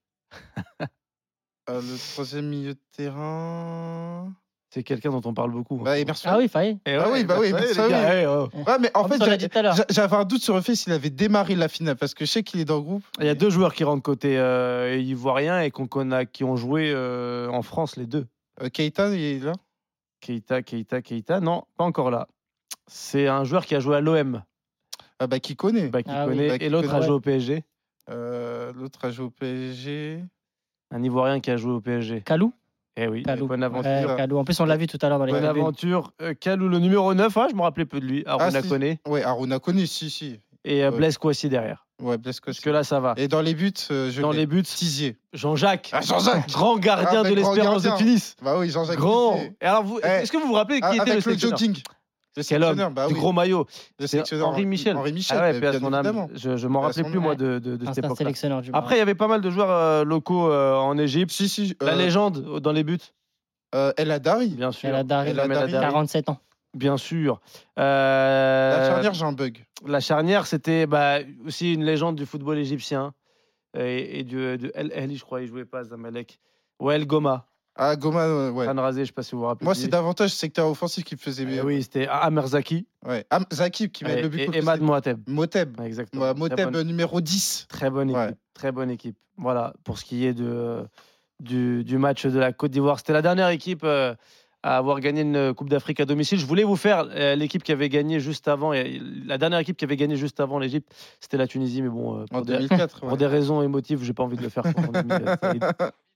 Euh, le troisième milieu de terrain. C'est quelqu'un dont on parle beaucoup. Bah, Emerson. Ah oui, Faye. Eh Ah oui, bah oui, ça y est, ça les gars, oui. eh, oh. Ouais, mais en, En fait, plus, on l'a j'a- dit tout à l'heure. j'a- j'avais un doute sur le fait s'il avait démarré la finale parce que je sais qu'il est dans le groupe. Il y a deux joueurs qui rentrent côté euh, ivoirien et qu'on connaît, qui ont joué euh, en France, les deux. Euh, Keita, il est là. Keita, Keita, Keita. Non, pas encore là. C'est un joueur qui a joué à l'O M, Ah bah qui connaît. bah, qui Ah oui. connaît, Bah, et qui l'autre a connaît. joué au P S G. Euh, L'autre a joué au P S G. Un Ivoirien qui a joué au P S G. Kalou. Eh oui, Kalou. bonne aventure. Ouais, Kalou. En plus, on l'a vu tout à l'heure dans les Bonne tribunes. aventure. Euh, Kalou, le numéro neuf, ah, je me rappelais peu de lui. Aruna Ah, si. Koné. Ouais, Aruna connaît, si, si. Et euh, Ouais. Blaise Kouassi derrière. Ouais, Blaise Parce Koscielny. que là, ça va. Et dans les buts, euh, je Dans l'ai. les buts, Tizier. Jean-Jacques. Ah, Jean-Jacques. Grand gardien Ah, de mais grand l'Espérance de gardien. Tunis. Bah oui, Jean-Jacques. Grand. Tizier. Et alors, vous, Eh, est-ce que vous vous rappelez qui Ah, était le avec le sélectionneur? jogging. Le Quel homme sélectionneur, bah du oui. gros maillot. Le C'est sélectionneur Henri Michel. Henri Michel, Ah ouais, bah, paix à bien son âme. évidemment. Je, je m'en Paix à rappelais son plus, âme. moi, de, de, de Ah, cette c'est un époque-là. sélectionneur du Après, il y avait pas mal de joueurs euh, locaux euh, en Égypte. Si, si. La euh, légende dans les buts, euh, El Hadari. bien sûr. El Hadari. El Hadari, quarante-sept ans. bien sûr. Euh, La charnière, j'ai un bug. La charnière, c'était bah, aussi une légende du football égyptien. Et, et du, de El Ahly, je crois, il jouait pas à Zamalek. Ouais, El Goma. Ah, Goma, euh, ouais. Khan Razé, je sais pas si vous vous rappelez. Moi, de c'est lui. davantage secteur offensif qui me faisait Eh bien. oui, c'était Amer Zaki Ouais. Ah, Zaki qui met et, le but. et contre Emad le- Moateb. Moteb. Ouais, exactement. Ouais, Très Moteb bonne- numéro dix. Très bonne équipe. Ouais. Très bonne équipe. Voilà, pour ce qui est de, du, du match de la Côte d'Ivoire. C'était la dernière équipe euh, à avoir gagné une Coupe d'Afrique à domicile. Je voulais vous faire euh, l'équipe qui avait gagné juste avant. Et la dernière équipe qui avait gagné juste avant l'Égypte, c'était la Tunisie. Mais bon, euh, En pour, des, deux mille quatre. pour ouais. des raisons émotives, j'ai pas envie de le faire pour mon ami euh, Saïd.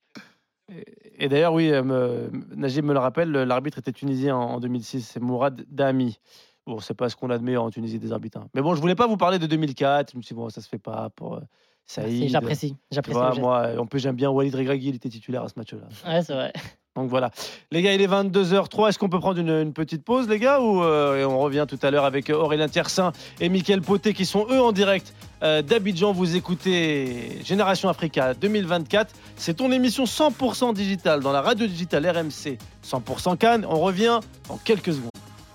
Et, et d'ailleurs, oui, euh, me- Najib me le rappelle, l'arbitre était tunisien en, en deux mille six. C'est Mourad Dahmi. Bon, c'est pas ce qu'on a de meilleur en Tunisie des arbitres. hein. Mais bon, je voulais pas vous parler de deux mille quatre. Je me suis dit, bon, ça se fait pas pour euh, Merci, Saïd. J'apprécie. Tu J'apprécie. vois, le geste. moi, en plus, j'aime bien Walid Regragui, il était titulaire à ce match-là. Ouais, c'est vrai. Donc voilà. Les gars, il est vingt-deux heures trois. Est-ce qu'on peut prendre une, une petite pause, les gars ou, euh, et on revient tout à l'heure avec Aurélien Tiersin et Mickaël Poté qui sont eux en direct euh, d'Abidjan. Vous écoutez Génération Africa deux mille vingt-quatre. C'est ton émission cent pour cent digitale dans la radio digitale R M C cent pour cent Cannes. On revient dans quelques secondes.